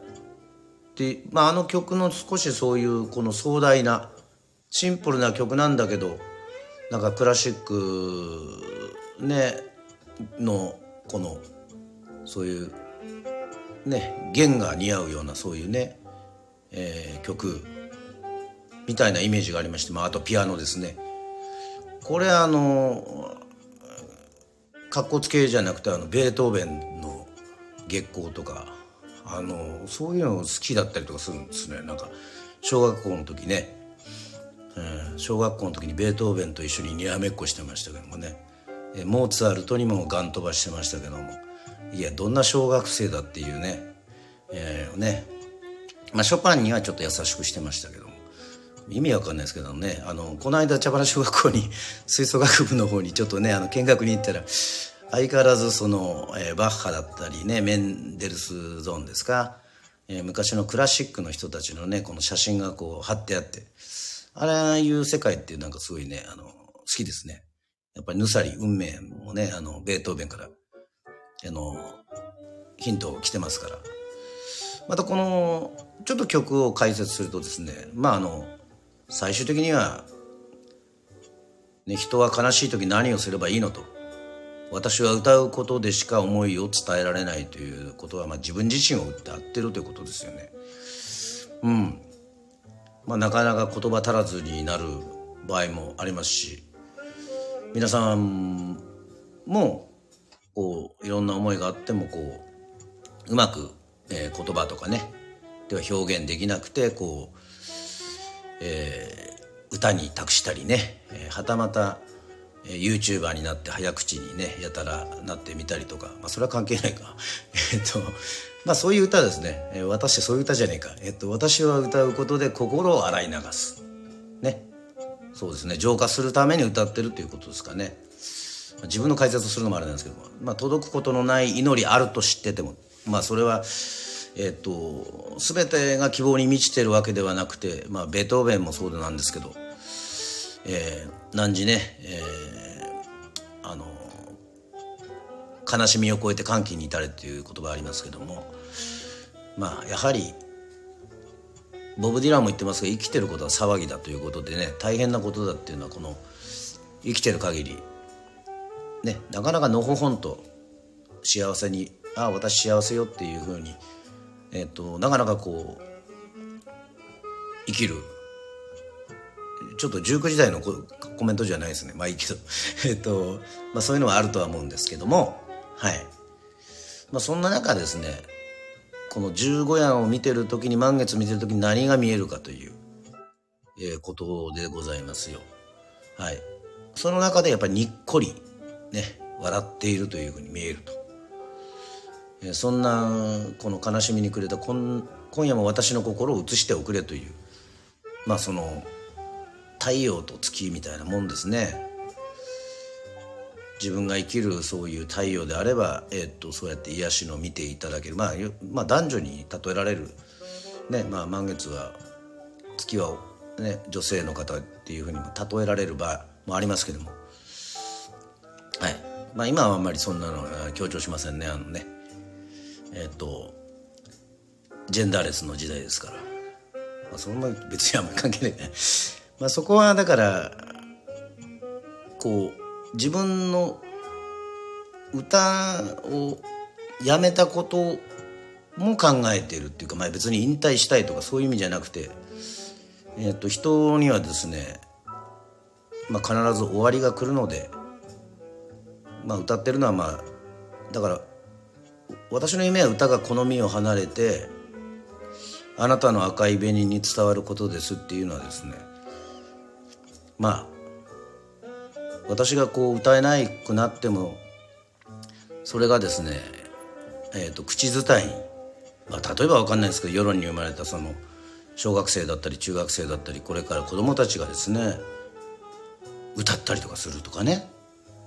A: まあ、あの曲の少しそういうこの壮大なシンプルな曲なんだけど、なんかクラシックねのこのそういうね弦が似合うようなそういうね、えー、曲みたいなイメージがありまして、まあ、あとピアノですね。これあのかっこつけじゃなくてあのベートーベンの月光とかあのそういうの好きだったりとかするんですね。なんか小学校の時ね、うん、小学校の時にベートーベンと一緒ににらめっこしてましたけどもね、えモーツァルトにもガン飛ばしてましたけども、いやどんな小学生だっていうね、えー、ねまあショパンにはちょっと優しくしてましたけども、意味わかんないですけどね、あのこの間茶原小学校に吹奏楽部の方にちょっとねあの見学に行ったら、相変わらずその、えー、バッハだったりねメンデルスゾーンですか、えー、昔のクラシックの人たちのねこの写真がこう貼ってあって、ああいう世界ってなんかすごいねあの好きですね。やっぱりヌサリ運命もねあのベートーベンからあのヒント来てますから。またこのちょっと曲を解説するとですね、まああの最終的には、ね、人は悲しい時何をすればいいのと、私は歌うことでしか思いを伝えられないということは、まあ、自分自身を歌ってるということですよね。うん。まあなかなか言葉足らずになる場合もありますし、皆さんもこういろんな思いがあってもこううまく、えー、言葉とかねでは表現できなくてこう、えー、歌に託したりね、えー、はたまた、えー、YouTuber になって早口にねやたらなってみたりとか、まあそれは関係ないかえっとまあそういう歌ですね、えー、私そういう歌じゃねえか、えっと私は歌うことで心を洗い流すね、そうですね、浄化するために歌ってるということですかね。自分の解説するのもあれなんですけども、まあ、届くことのない祈りあると知ってても、まあそれはえっと全てが希望に満ちてるわけではなくて、まあベートーベンもそうなんですけど、えー、何時ね、えー、あの悲しみを超えて歓喜に至れっていう言葉ありますけども、まあやはりボブ・ディランも言ってますが、生きてることは騒ぎだということでね、大変なことだっていうのはこの生きてる限りね、なかなかのほほんと幸せに、ああ私幸せよっていう風に、えっとなかなかこう生きる、ちょっとじゅうくじ台のコメントじゃないですね、まあいいけどえっとまあそういうのはあるとは思うんですけども、はい、まあそんな中ですね、この十五夜を見てる時に、満月見てる時に何が見えるかという、えー、ことでございますよ。はい、その中でやっぱりにっこりね笑っているというふうに見えると、えー、そんなこの悲しみに暮れた今夜も私の心を映しておくれという、まあその太陽と月みたいなもんですね。自分が生きるそういう太陽であれば、えー、っとそうやって癒しの見ていただける、まあ、まあ男女に例えられる、ね、まあ満月は月は、ね、女性の方っていうふうにも例えられる場もありますけども、はい、まあ今はあんまりそんなの強調しませんね。あのねえー、っとジェンダーレスの時代ですから、まあ、そんな別にあんまり関係ないねまあそこはだからこう自分の歌をやめたことも考えているっていうか、まあ、別に引退したいとかそういう意味じゃなくて、えー、と人にはですね、まあ、必ず終わりが来るので、まあ、歌ってるのはまあだから私の夢は歌がこの身を離れてあなたの赤い紅に伝わることですっていうのはですね、まあ私がこう歌えなくなってもそれがですね、えー、と口伝いに、まあ、例えば分かんないですけど世論に生まれたその小学生だったり中学生だったりこれから子どもたちがですね歌ったりとかするとかね、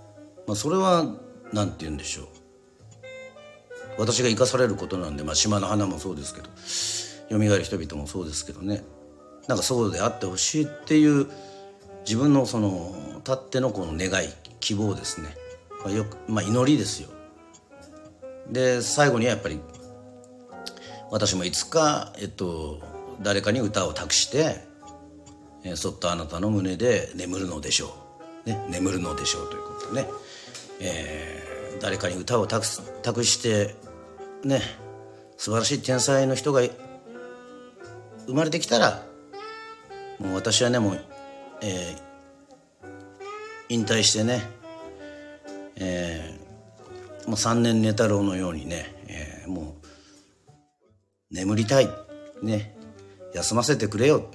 A: まあ、それはなんて言うんでしょう、私が生かされることなんで、まあ、島の花もそうですけど、よみがえる人々もそうですけどね、なんかそうであってほしいっていう自分のそのたってのこの願い、希望ですね、まあ、よく、まあ、祈りですよ。で最後にはやっぱり私もいつか、えっと、誰かに歌を託して、えー、そっとあなたの胸で眠るのでしょう、ね、眠るのでしょうということでね、えー、誰かに歌を託す、託してね、素晴らしい天才の人が生まれてきたら、もう私はね、もう、えー、引退してね、えー、もう三年寝太郎のようにね、えー、もう眠りたいね、休ませてくれよ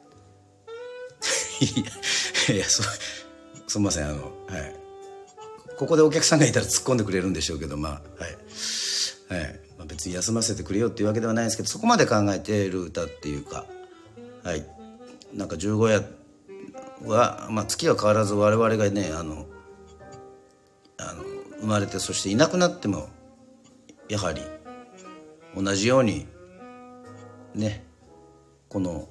A: いや、そすみません、あの、はい、ここでお客さんがいたら突っ込んでくれるんでしょうけど、まあはい、はい、まあ、別に休ませてくれよっていうわけではないですけど、そこまで考えている歌っていうか、はい、なんか十五夜は、まあ、月は変わらず我々がね、あのあの生まれて、そしていなくなってもやはり同じようにね、この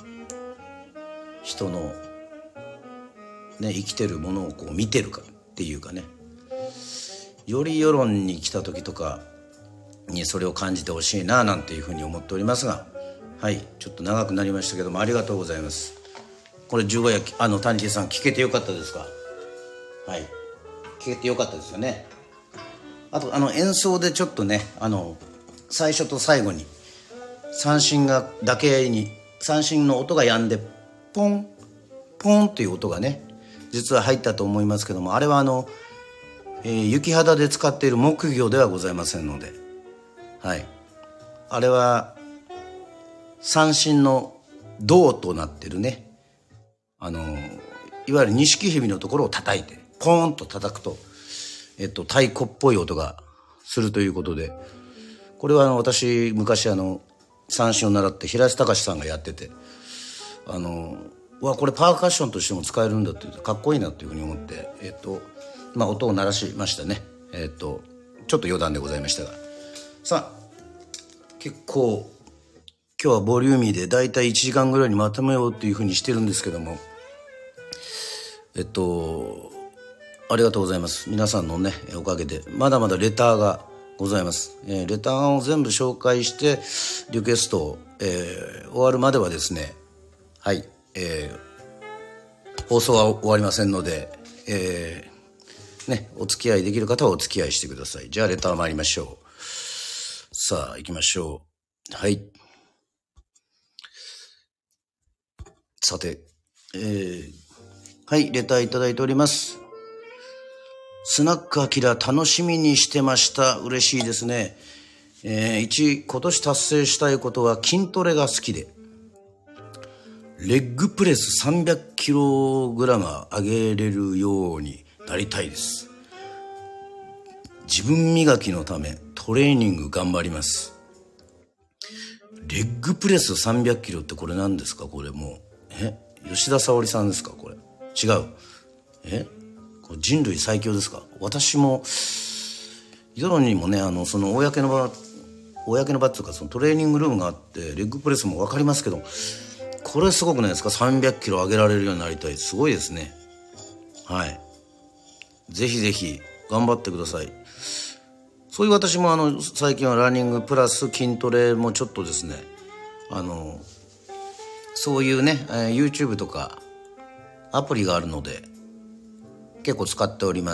A: 人の、ね、生きてるものをこう見てるかっていうかね、より世論に来た時とかにそれを感じてほしいななんていうふうに思っておりますが、はい、ちょっと長くなりましたけども、ありがとうございます。これ十五夜、あの谷木さん聞けてよかったですか？はい、聞けてよかったですよね。あとあの演奏でちょっとね、あの最初と最後に三振がだけに三振の音が止んでポンポンっていう音がね実は入ったと思いますけども、あれはあの、えー、雪肌で使っている木魚ではございませんので、はい、あれは三振の胴となってるね、あのいわゆる錦蛇のところを叩いてポーンと叩くと、えっと、太鼓っぽい音がするということで、これはあの私昔あの三振を習って平安隆さんがやってて、あのわこれパーカッションとしても使えるんだってかっこいいなっていうふうに思って、えっとまあ、音を鳴らしましたね。えっとちょっと余談でございましたが、さあ結構今日はボリューミーでだいたいいちじかんぐらいにまとめようっていうふうにしてるんですけども、えっとありがとうございます。皆さんのねおかげでまだまだレターがございます。えー、レターを全部紹介してリクエストを、えー、終わるまではですね、はい、えー、放送は終わりませんので、えー、ね、お付き合いできる方はお付き合いしてください。じゃあレター参りましょう。さあ行きましょう。はい。さて、えー、はい、レターいただいております。スナックアキラ楽しみにしてました。嬉しいですね。えー、いち、今年達成したいことは筋トレが好きで、レッグプレスさんびゃくキログラム上げれるようになりたいです。自分磨きのためトレーニング頑張ります。レッグプレスさんびゃくキロってこれ何ですか？これもうえ吉田沙保里さんですか？これ違う。えこれ人類最強ですか？私も世論にもね、あのその公の場公の場っていうか、そのトレーニングルームがあってレッグプレスも分かりますけど、これすごくないですか？さんびゃくキロ上げられるようになりたい。すごいですね。はい、ぜひぜひ頑張ってください。そういう私もあの最近はランニングプラス筋トレもちょっとですね、あのそういうね、えー、YouTube とかアプリがあるので結構使っております。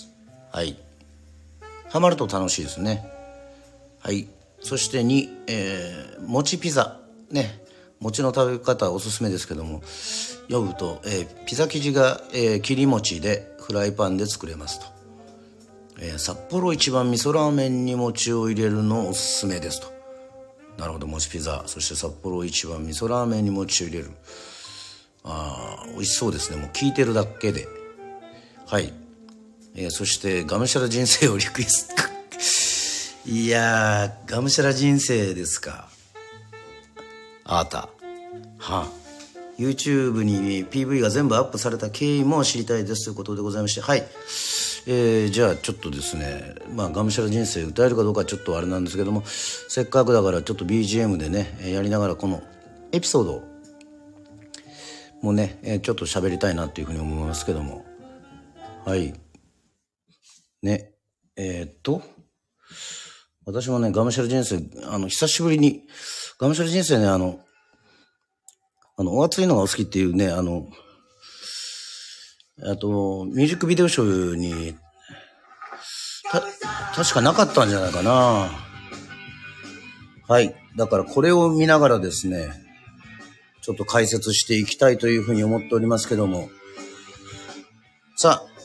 A: はい、ハマると楽しいですね。はい、そしてに、えー、餅ピザね、餅の食べ方おすすめですけども、読むと、えー、ピザ生地が、えー、切り餅でフライパンで作れますと、えー、札幌一番味噌ラーメンに餅を入れるのおすすめですと。なるほど、餅ピザ、そして札幌一番味噌ラーメンに餅を入れる。あー美味しそうですね。もう聞いてるだけで。はい、えー、そしてがむしゃら人生をリクエストいやー、がむしゃら人生ですか。あーたはあ、YouTube に ピーブイ が全部アップされた経緯も知りたいですということでございまして、はい、 えー、じゃあちょっとですね、まあがむしゃら人生歌えるかどうかちょっとあれなんですけども、せっかくだからちょっと ビージーエム でねやりながらこのエピソードもねちょっと喋りたいなっていうふうに思いますけども、はいね、えー、っと私もねがむしゃら人生、あの久しぶりにがむしゃら人生ね、あのあのお熱いのがお好きっていうね、あのあとミュージックビデオショーにた確かなかったんじゃないかな。はい、だからこれを見ながらですねちょっと解説していきたいというふうに思っておりますけども、さあ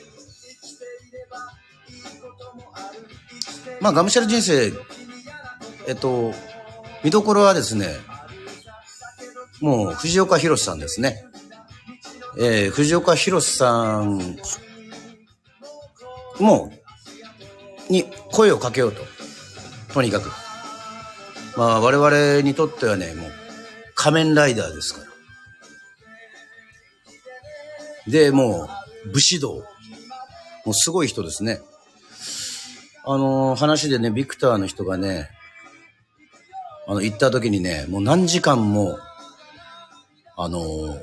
A: まあがむしゃら人生、えっと見どころはですね、もう藤岡弘さんですね。えー、藤岡弘さんもに声をかけようと、とにかくまあ我々にとってはね、もう仮面ライダーですから。でもう武士道、もうすごい人ですね。あのー、話でねビクターの人がねあの行った時にね、もう何時間もあのー、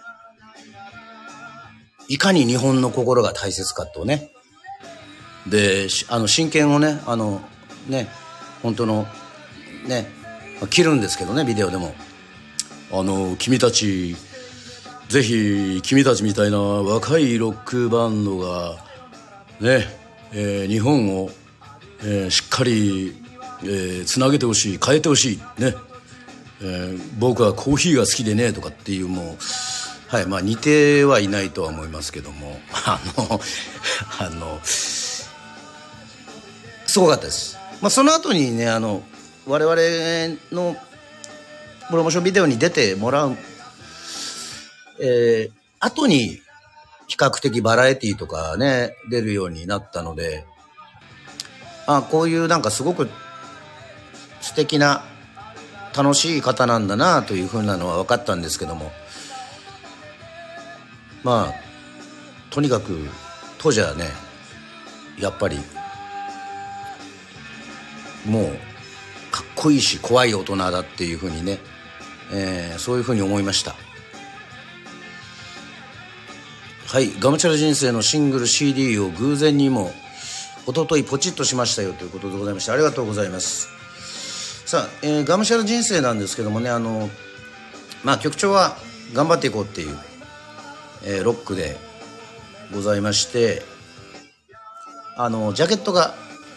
A: いかに日本の心が大切かとね、であの真剣をねあのね本当のね切るんですけどね、ビデオでもあの君たちぜひ君たちみたいな若いロックバンドがね、えー、日本を、えー、しっかり、えー、つなげてほしい、変えてほしいね、えー、僕はコーヒーが好きでねとかっていう、もうはい、まあ似てはいないとは思いますけども、あのあのすごかったです。まあその後にね、あの我々のプロモーションビデオに出てもらう、えー、後に比較的バラエティとかね出るようになったので、あこういうなんかすごく素敵な楽しい方なんだなというふうなのは分かったんですけども、まあとにかく当時はねやっぱりもうかっこいいし怖い大人だっていうふうにね、えー、そういうふうに思いました。はい、がむしゃら人生のシングル シーディー を偶然にも一昨日ポチッとしましたよということでございまして、ありがとうございます。さあ、えー、がむしゃら人生なんですけどもね、あのまあ曲調は頑張っていこうっていう、えー、ロックでございまして、あのジャケットが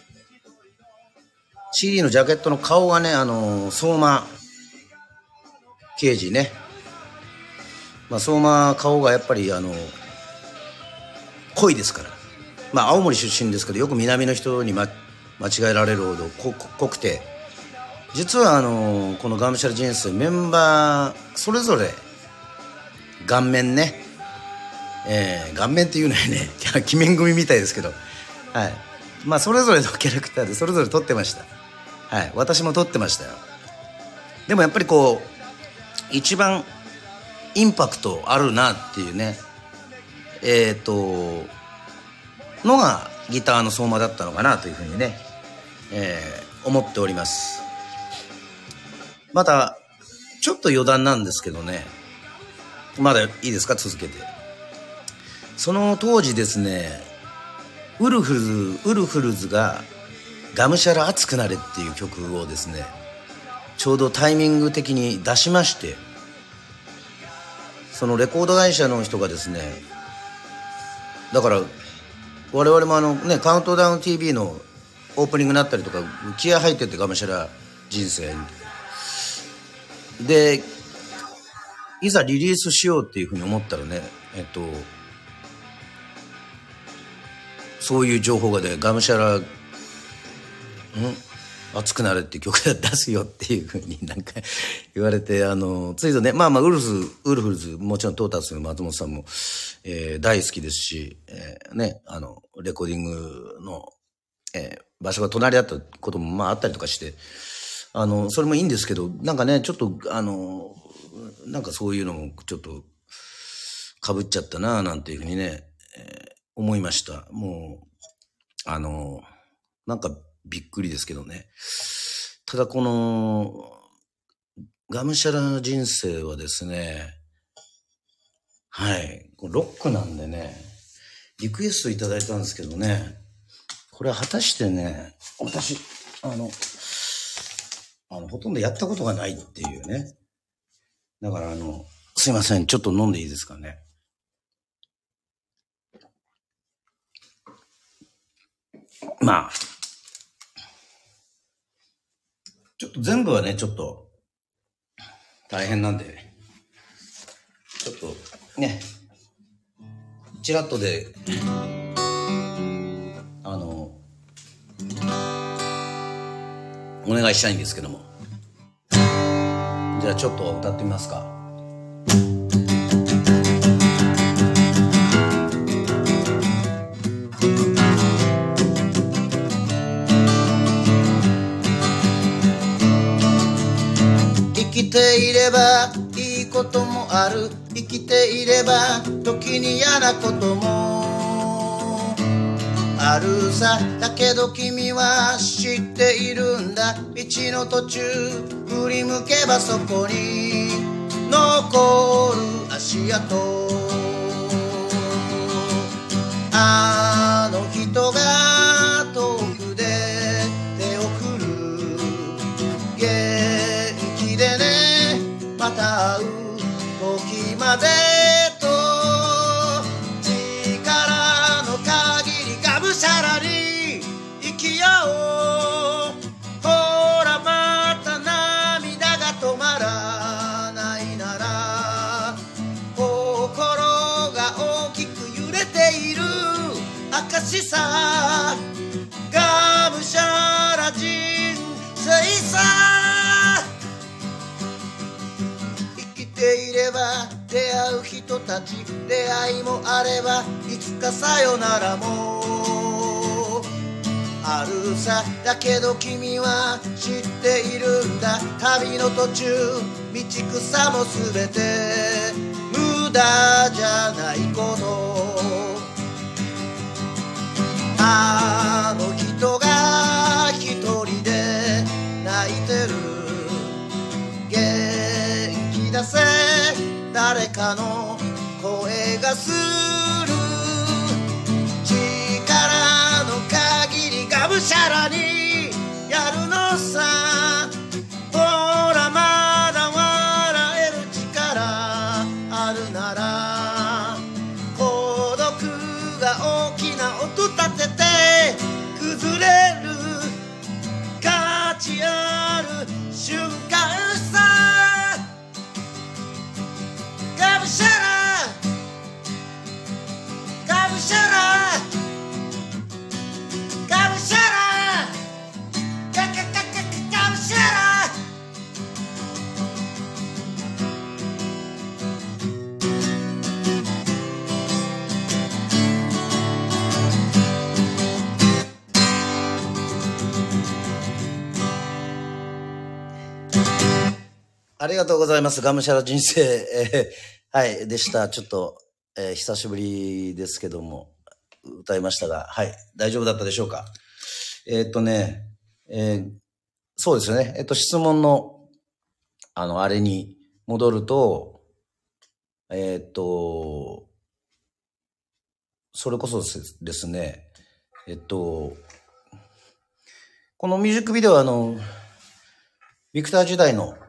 A: シーディー のジャケットの顔がね、あの相馬刑事ね、まあ、相馬顔がやっぱりあの濃いですから、まあ青森出身ですけどよく南の人に、ま、間違えられるほどこ濃くて、実はあのこのがむしゃら人生メンバーそれぞれ顔面ね、えー、顔面っていうのはね鬼面組みたいですけど、はい、まあそれぞれのキャラクターでそれぞれ撮ってました。はい、私も撮ってましたよ。でもやっぱりこう一番インパクトあるなっていうね、えっとのがギターの相馬だったのかなというふうにね、えー、思っております。またちょっと余談なんですけどね、まだいいですか、続けて。その当時ですね、ウルフルズウルフルズががむしゃら熱くなれっていう曲をですねちょうどタイミング的に出しまして、そのレコード会社の人がですね、だから我々もあのねカウントダウン ティーブイ のオープニングになったりとか気合入ってて、がむしゃら人生でいざリリースしようっていうふうに思ったらね、えっとそういう情報がで、がむしゃらん熱くなれっていう曲で出すよっていうふうになんか言われて、あのついとね、まあまあウルフウルフルズもちろんトータスの松本さんも、えー、大好きですし、えー、ねあのレコーディングの、えー、場所が隣だったこともまああったりとかして、あのそれもいいんですけど、なんかねちょっとあのなんかそういうのもちょっとかぶっちゃったななんていうふうにね、えー、 思いました。もう、あの、なんかびっくりですけどね。ただこの、がむしゃら人生はですね、はい、ロックなんでね、リクエストいただいたんですけどね、これは果たしてね、私、あの、あの、ほとんどやったことがないっていうね。だからあの、すいません、ちょっと飲んでいいですかね。まあ、ちょっと全部はね、ちょっと大変なんで、ちょっとね、チラッとで、あの、お願いしたいんですけども。じゃあちょっと歌ってみますか。生きていればいいこともある、生きていれば時に嫌なこともあるさ。だけど君は知っているんだ、道の途中振り向けばそこに残る足跡。あの人が遠くで手を振る、元気でね、また会う時までと、力の限りがむしゃらに生きよう。ほらまた涙が止まらないなら、心が大きく揺れている証さ、がむしゃら人生さ。生きていれば出会う人たち、出会いもあればいつかさよならもあるさ。だけど君は知っているんだ、旅の途中道草もすべて無駄じゃないこと。あの人が一人で泣いてる、元気出せ誰かの声がする、力の限りがむしゃらにやるのさ。ほらまだ笑える力あるなら、孤独が大きな音立てて崩れる価値ある瞬間さ。がむしゃらがむしゃらがむしゃらがががががむしゃら。ありがとうございます。がむしゃら人生、えー、はいでした。ちょっと、えー、久しぶりですけども歌いましたが、はい、大丈夫だったでしょうか。えー、っとね、えー、そうですよね。えー、っと質問のあのあれに戻ると、えー、っとそれこそですね、えっとこのミュージックビデオはあのビクター時代の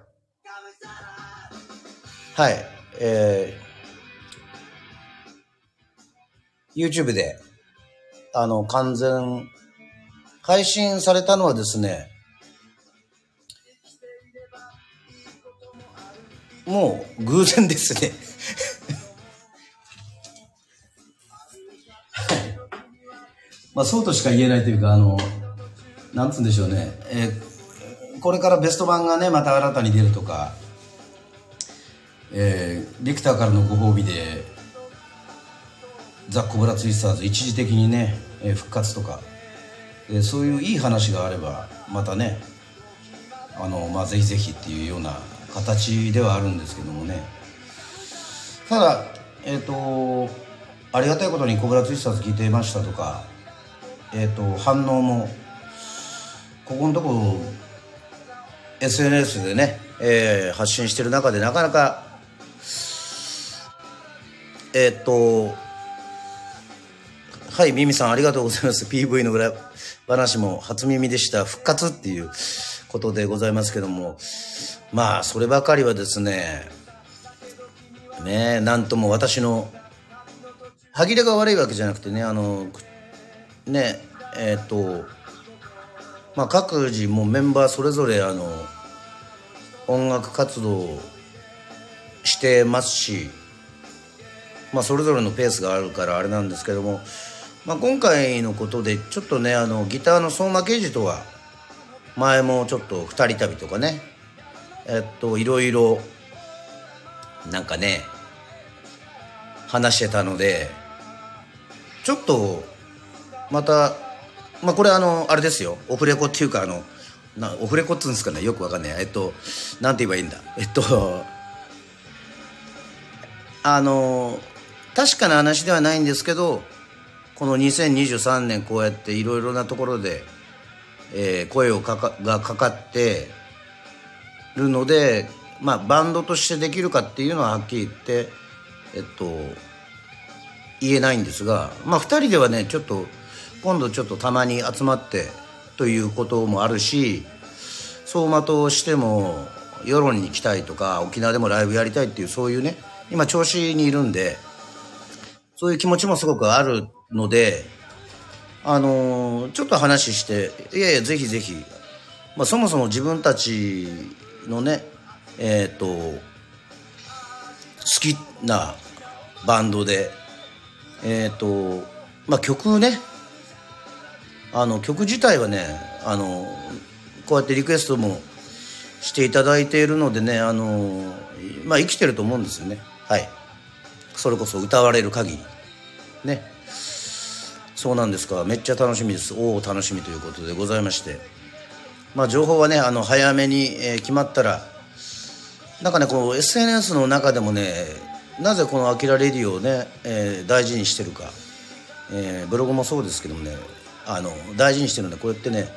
A: はい、えー、YouTube であの完全配信されたのはですね、もう偶然ですねまあそうとしか言えないというか、あのなんつうんでしょうね、えー、これからベスト版がねまた新たに出るとか、えー、ビクターからのご褒美でザ・コブラツイスターズ一時的にね、えー、復活とか、えー、そういういい話があればまたね、あのまあぜひぜひっていうような形ではあるんですけどもね。ただえっとありがたいことにコブラツイスターズ聞いていましたとか、えっと反応もここのとこ エスエヌエス でね、えー、発信してる中でなかなかえっとはい、ミミさんありがとうございます。 ピーブイ の裏話も初耳でした。復活っていうことでございますけども、まあそればかりはですねね、なんとも私の歯切れが悪いわけじゃなくてね、あのねえっとまあ各自もメンバーそれぞれあの音楽活動してますし、まあそれぞれのペースがあるからあれなんですけども、まあ今回のことでちょっとね、あのギターの相馬啓二とは前もちょっと二人旅とかね、えっといろいろなんかね話してたので、ちょっとまたまあこれあのあれですよ、オフレコっていうかあのなオフレコって言うんですかね、よくわかんない、えっとなんて言えばいいんだ、えっとあの確かな話ではないんですけど、このにせんにじゅうさんねんこうやっていろいろなところで、えー、声をかかがかかってるので、まあバンドとしてできるかっていうのははっきり言ってえっと言えないんですが、まあふたりではねちょっと今度ちょっとたまに集まってということもあるし、相馬としても世論に来たいとか沖縄でもライブやりたいっていうそういうね今調子にいるんで、そういう気持ちもすごくあるので、あのー、ちょっと話して、いやいやぜひぜひ、まあ、そもそも自分たちのねえっと好きなバンドでえっとまあ曲ね、あの曲自体はねあのこうやってリクエストもしていただいているのでね、あのまあ生きてると思うんですよね。はい、それこそ歌われる限りね。そうなんですか、めっちゃ楽しみです。おお楽しみということでございまして、まあ情報はねあの早めに、えー、決まったらなんかねこう エスエヌエス の中でもね、なぜこのアキラレディをね、えー、大事にしてるか、えー、ブログもそうですけどもね、あの大事にしてるんで、こうやってね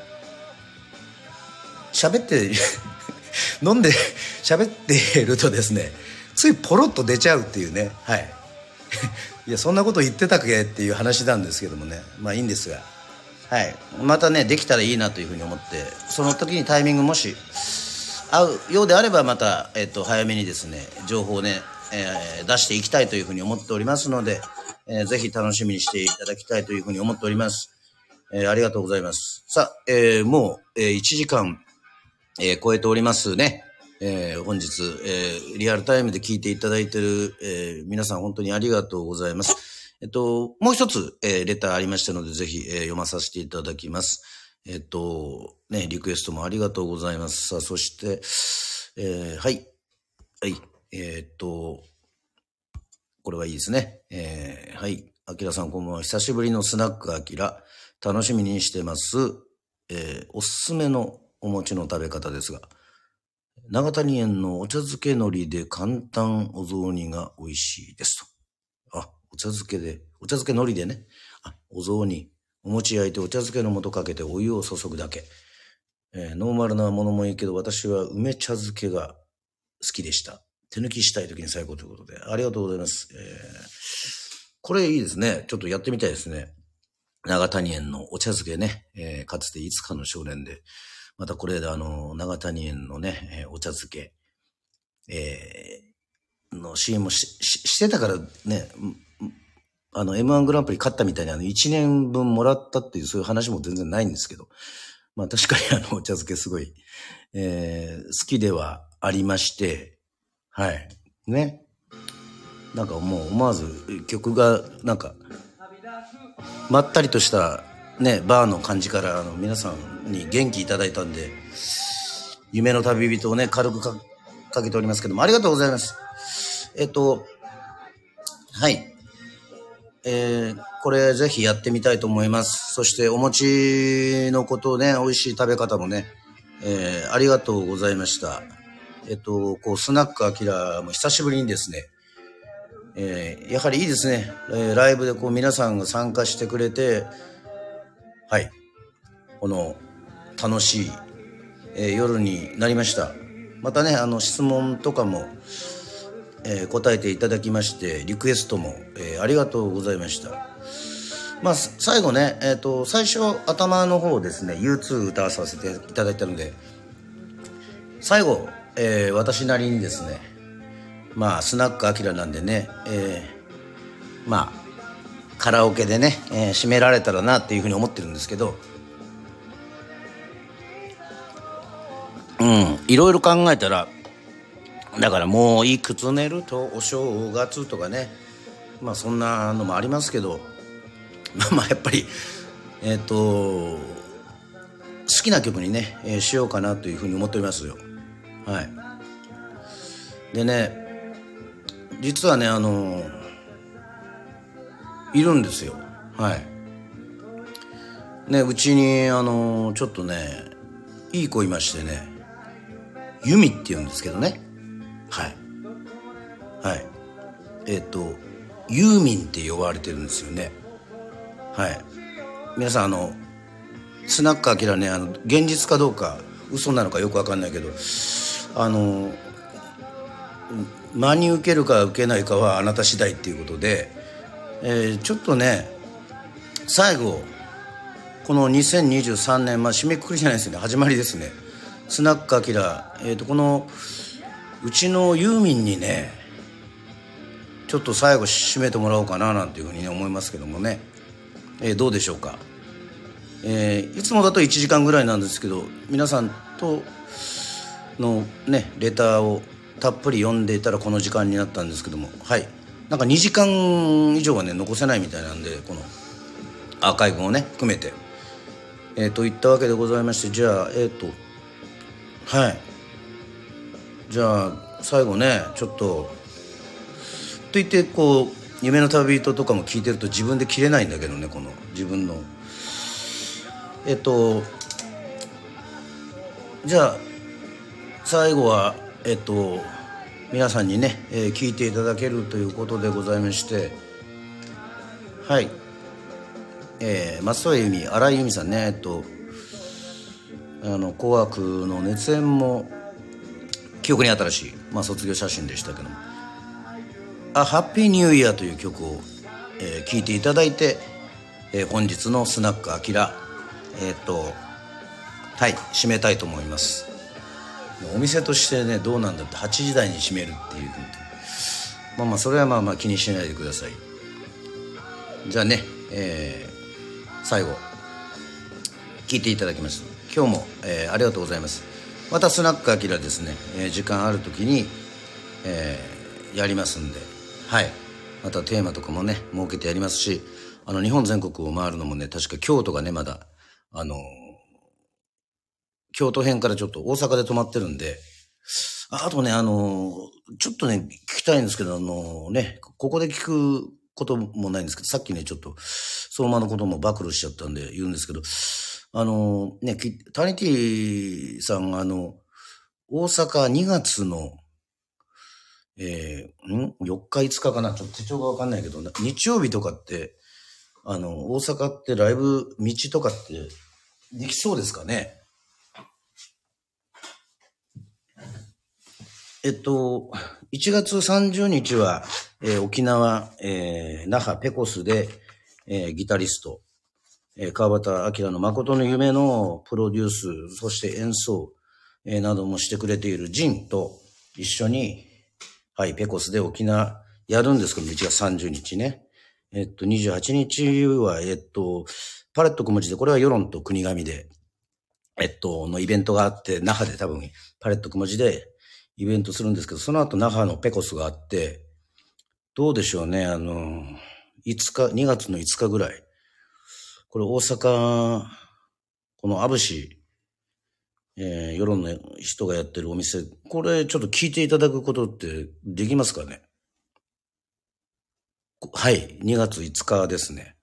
A: 喋って飲んで喋ってるとですね、ついポロッと出ちゃうっていうね、はいいやそんなこと言ってたっけっていう話なんですけどもね、まあいいんですが、はい、またねできたらいいなというふうに思って、その時にタイミングもし合うようであればまた、えっと、早めにですね情報をね、えー、出していきたいというふうに思っておりますので、えー、ぜひ楽しみにしていただきたいというふうに思っております。えー、ありがとうございます。さあ、えー、もう、えー、いちじかん、えー、超えておりますね。えー、本日、えー、リアルタイムで聞いていただいている、えー、皆さん本当にありがとうございます。えっと、もう一つ、えー、レターありましたので、ぜひ、えー、読まさせていただきます。えっと、ね、リクエストもありがとうございます。さあ、そして、えー、はい。はい。えー、っと、これはいいですね。えー、はい。あきらさんこんばんは。久しぶりのスナックあきら。楽しみにしてます。えー、おすすめのお餅の食べ方ですが、長谷園のお茶漬け海苔で簡単お雑煮が美味しいですと。あ、お茶漬けで、お茶漬け海苔でね。あ、お雑煮。お餅焼いてお茶漬けの素かけてお湯を注ぐだけ。えー、ノーマルなものもいいけど、私は梅茶漬けが好きでした。手抜きしたい時に最高ということで、ありがとうございます。えー、これいいですね。ちょっとやってみたいですね。長谷園のお茶漬けね。えー、かつていつかの少年で、またこれであの、長谷園のね、えー、お茶漬け、えー、の シーエム も し, し, してたからね、あの エムワン グランプリ勝ったみたいにあのいちねんぶんもらったっていうそういう話も全然ないんですけど、まあ確かにあのお茶漬けすごい、えー、好きではありまして、はい。ね。なんかもう思わず曲がなんか、まったりとしたね、バーの感じからあの皆さんに元気いただいたんで、夢の旅人をね、軽く か, かけておりますけども、ありがとうございます。えっと、はい。えー、これぜひやってみたいと思います。そしてお餅のことをね、美味しい食べ方もね、えー、ありがとうございました。えっと、こう、スナックアキラも久しぶりにですね、 えー、やはりいいですね、えー、ライブでこう皆さんが参加してくれて、はい、この楽しい、えー、夜になりました。またね、あの質問とかも、えー、答えていただきまして、リクエストも、えー、ありがとうございました。まあ最後ね、えーと、最初頭の方ですね ユーツー 歌わさせていただいたので、最後、えー、私なりにですね、まあスナックアキラなんでね、えー、まあカラオケでね、えー、締められたらなっていうふうに思ってるんですけど、うんいろいろ考えたら、だからもういくつ寝るとお正月とかね、まあそんなのもありますけど、まあまあやっぱりえっと好きな曲にね、えー、しようかなというふうに思っておりますよ。はい。でね、実はね、あのいるんですよ。はい。ね、うちにあのちょっとね、いい子いましてね、ユミって言うんですけどね。はいはい。えっとユーミンって呼ばれてるんですよね。はい。皆さん、あのスナックアキラね、あの現実かどうか嘘なのかよくわかんないけど、あの真に受けるか受けないかはあなた次第っていうことで、えー、ちょっとね、最後このにせんにじゅうさんねん、まあ締めくくりじゃないですね、始まりですね。スナックアキラ、えーとこのうちのユーミンにね、ちょっと最後締めてもらおうかななんていうふうに、ね、思いますけどもね、えー、どうでしょうか。えー、いつもだといちじかんぐらいなんですけど、皆さんとのねレターをたっぷり読んでいたらこの時間になったんですけども、はい、なんかにじかん以上はね残せないみたいなんで、このアーカイブをね含めて、えー、といったわけでございまして、じゃあえっ、ー、とはいじゃあ最後ね、ちょっとと言ってこう夢の旅人とかも聞いてると自分で切れないんだけどね、この自分のえっ、ー、とじゃあ最後はえっ、ー、と皆さんにね、えー、聞いていただけるということでございまして、はい、えー、松任谷由実、荒井由実さんね、えっとあの紅白の熱演も記憶に新しい、まあ、卒業写真でしたけども、あハッピーニューイヤーという曲を、えー、聴いていただいて、えー、本日のスナックアキラ、えー、っとはい締めたいと思います。お店としてねどうなんだって、はちじ台に閉めるっていう、まあまあそれはまあまあ気にしないでください。じゃあね、えー、最後聞いていただきました。今日も、えー、ありがとうございます。またスナックアキラですね、えー、時間ある時に、えー、やりますんで、はい、またテーマとかもね設けてやりますし、あの日本全国を回るのもね、確か京都がねまだあのー、京都編からちょっと大阪で泊まってるんで、あとね、あのー、ちょっとね聞きたいんですけど、あのー、ねここで聞くこともないんですけど、さっきねちょっと相馬のことも暴露しちゃったんで言うんですけど、あのね、タニティさんがあの、大阪にがつの、えー、ん ?よっかいつかかな、ちょっと手帳がわかんないけど、日曜日とかって、あの、大阪ってライブ、道とかってできそうですかね。えっと、いちがつさんじゅうにちは、えー、沖縄、えー、那覇ペコスで、えー、ギタリスト、えー、川端明の誠の夢のプロデュース、そして演奏、えー、などもしてくれているジンと一緒に、はい、ペコスで沖縄やるんですけど、いちがつさんじゅうにちね。えっと、にじゅうはちにちは、えっと、パレット小文字で、これは世論と国神で、えっと、のイベントがあって、那覇で多分、パレット小文字でイベントするんですけど、その後那覇のペコスがあって、どうでしょうね、あの、いつか、にがつのいつかぐらい、これ大阪、このアブシ、えー、世論の人がやってるお店、これちょっと聞いていただくことってできますかね。はい、にがついつかですね。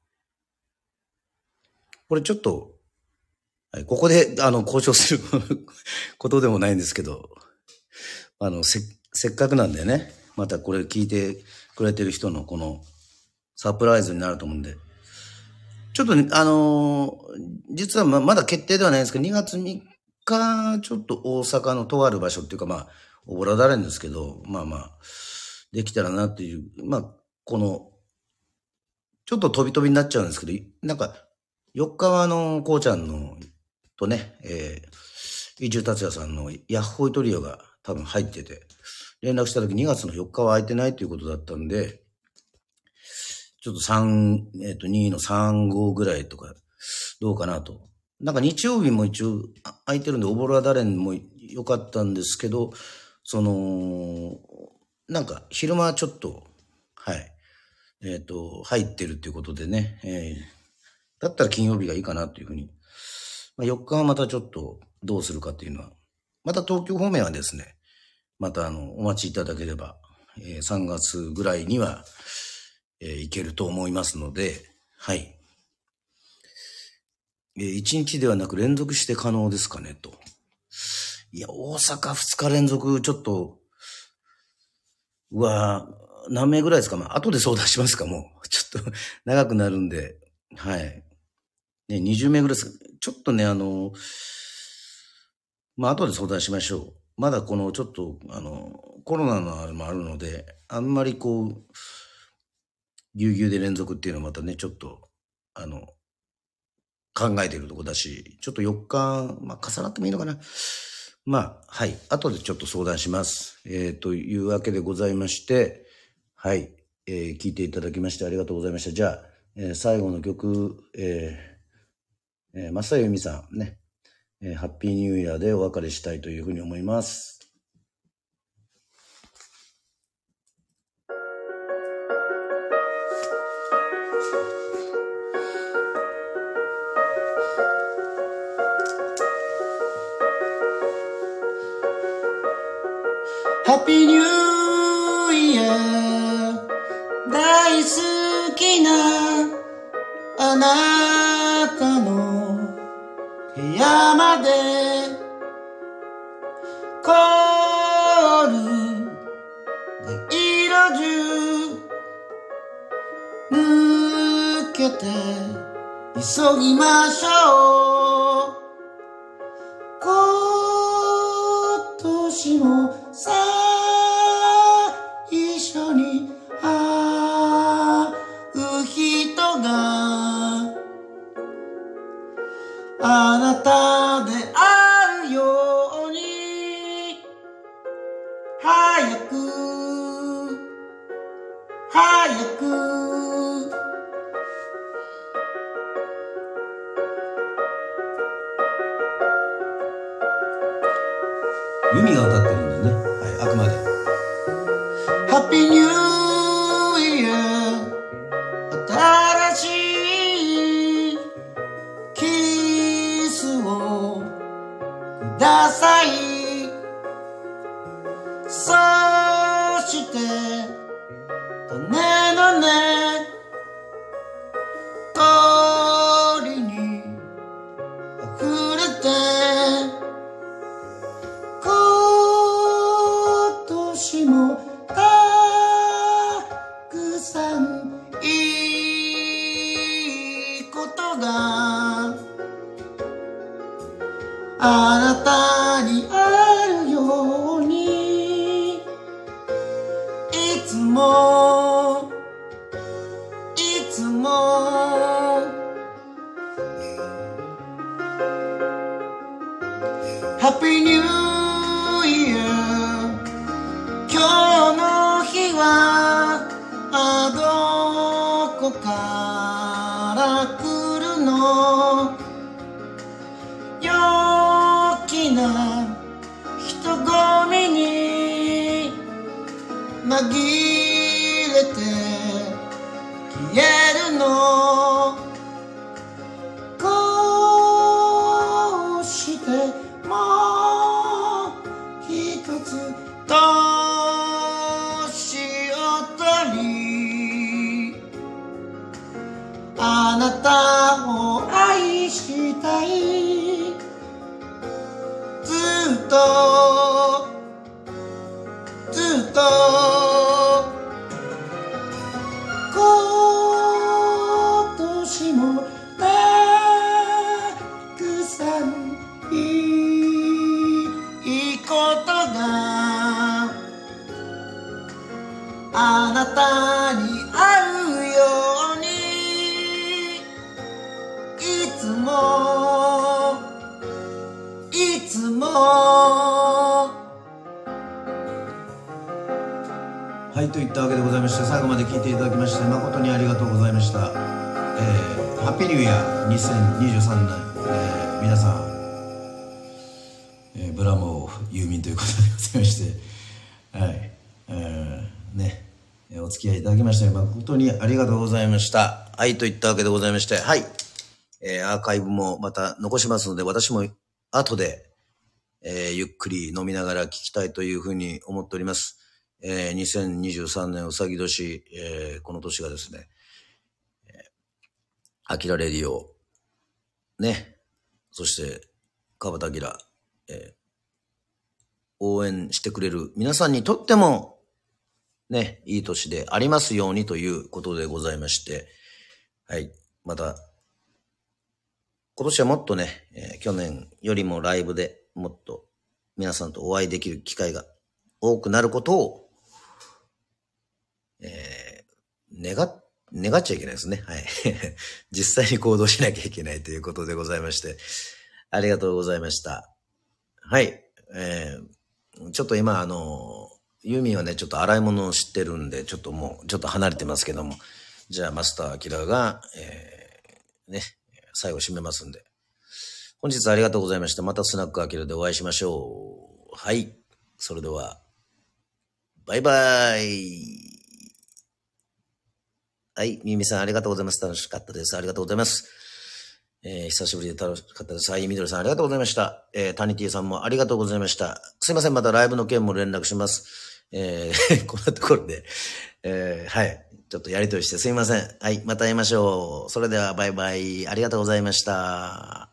A: これちょっと、はい、ここであの交渉することでもないんですけど、あのせせっかくなんでね、またこれ聞いてくくれてる人のこのサプライズになると思うんで、ちょっとね、あのー実はままだ決定ではないんですけど、にがつみっか、ちょっと大阪のとある場所っていうか、まあ、おぼらだれんですけど、まあまあ、できたらなっていう、まあ、この、ちょっと飛び飛びになっちゃうんですけど、なんか、よっかはあの、こうちゃんの、とね、えー、伊集達也さんのヤッホイトリオが多分入ってて、連絡した時にがつのよっかは空いてないということだったんで、ちょっとさん、えっと、にのさんごぐらいとか、どうかなと。なんか日曜日も一応空いてるんで、おぼろだれんも良かったんですけど、その、なんか昼間ちょっと、はい、えっと、入ってるっていうことでね、えー、だったら金曜日がいいかなというふうに。まあ、よっかはまたちょっとどうするかっていうのは、また東京方面はですね、またあの、お待ちいただければ、えー、さんがつぐらいには、えー、いけると思いますので、はい。えー、いちにちではなく連続して可能ですかね、と。いや、大阪ふつか連続、ちょっと、うわぁ、何名ぐらいですか？まあ、後で相談しますか、もう。ちょっと、長くなるんで、はい。ね、にじゅうめいぐらいですか。ちょっとね、あの、まあ、後で相談しましょう。まだこの、ちょっと、あの、コロナのあれもあるので、あんまりこう、ぎゅうぎゅうで連続っていうのはまたね、ちょっと、あの、考えてるとこだし、ちょっとよっか、まあ、重なってもいいのかな。まあ、はい。後でちょっと相談します。えー、というわけでございまして、はい。えー、聞いていただきましてありがとうございました。じゃあ、えー、最後の曲、えー、えー、増田由美さんね、えー、ハッピーニューイヤーでお別れしたいというふうに思います。ハッピーニューイヤー、大好きなあなたの部屋までコールで色中抜けて急ぎましょう。今年も最初に会う人があなたであるように、早く早くユミが歌ってるんだよね。はい、あくまで。ハッピーニューイヤー、新しいキスをください。そして種のね、鳥に溢れて今年もたくさんいいことがあなたにあるように、いつもいつもハッピーニューイヤー、今日の日はあどこから来るの、陽気な人混みに紛れて消えるの、こうしてもう一つ年を取り、あなたを愛したい、ずっとずっとはい、といったわけでございまして、最後まで聞いていただきまして誠にありがとうございました。えー、ハッピーニューイヤーにせんにじゅうさんねん、えー、皆さん、えー、ブラモーユーミンということでございまして、はい、えー、ね、お付き合いいただきまして誠にありがとうございました。はい、といったわけでございまして、はい、えー、アーカイブもまた残しますので、私も後で、えー、ゆっくり飲みながら聞きたいというふうに思っております。えー、にせんにじゅうさんねんうさぎ年、えー、この年がですね、アキラレディオ、ね、そして、川端明、えー、応援してくれる皆さんにとっても、ね、いい年でありますようにということでございまして、はい、また、今年はもっとね、えー、去年よりもライブでもっと皆さんとお会いできる機会が多くなることを、えー、願っ、願っちゃいけないですね。はい。実際に行動しなきゃいけないということでございまして、ありがとうございました。はい。えー、ちょっと今、あの、ユーミンはね、ちょっと洗い物を知ってるんで、ちょっともう、ちょっと離れてますけども、じゃあ、マスター・アキラが、えー、ね、最後締めますんで。本日ありがとうございました。またスナックアキラでお会いしましょう。はい。それでは、バイバイ。はい。ミミさんありがとうございます。楽しかったです。ありがとうございます。えー、久しぶりで楽しかったです。はい。みどりさんありがとうございました。えー、タニティさんもありがとうございました。すいません。またライブの件も連絡します。えー、こんなところで、えー、はい。ちょっとやりとりしてすいません。はい。また会いましょう。それではバイバイ。ありがとうございました。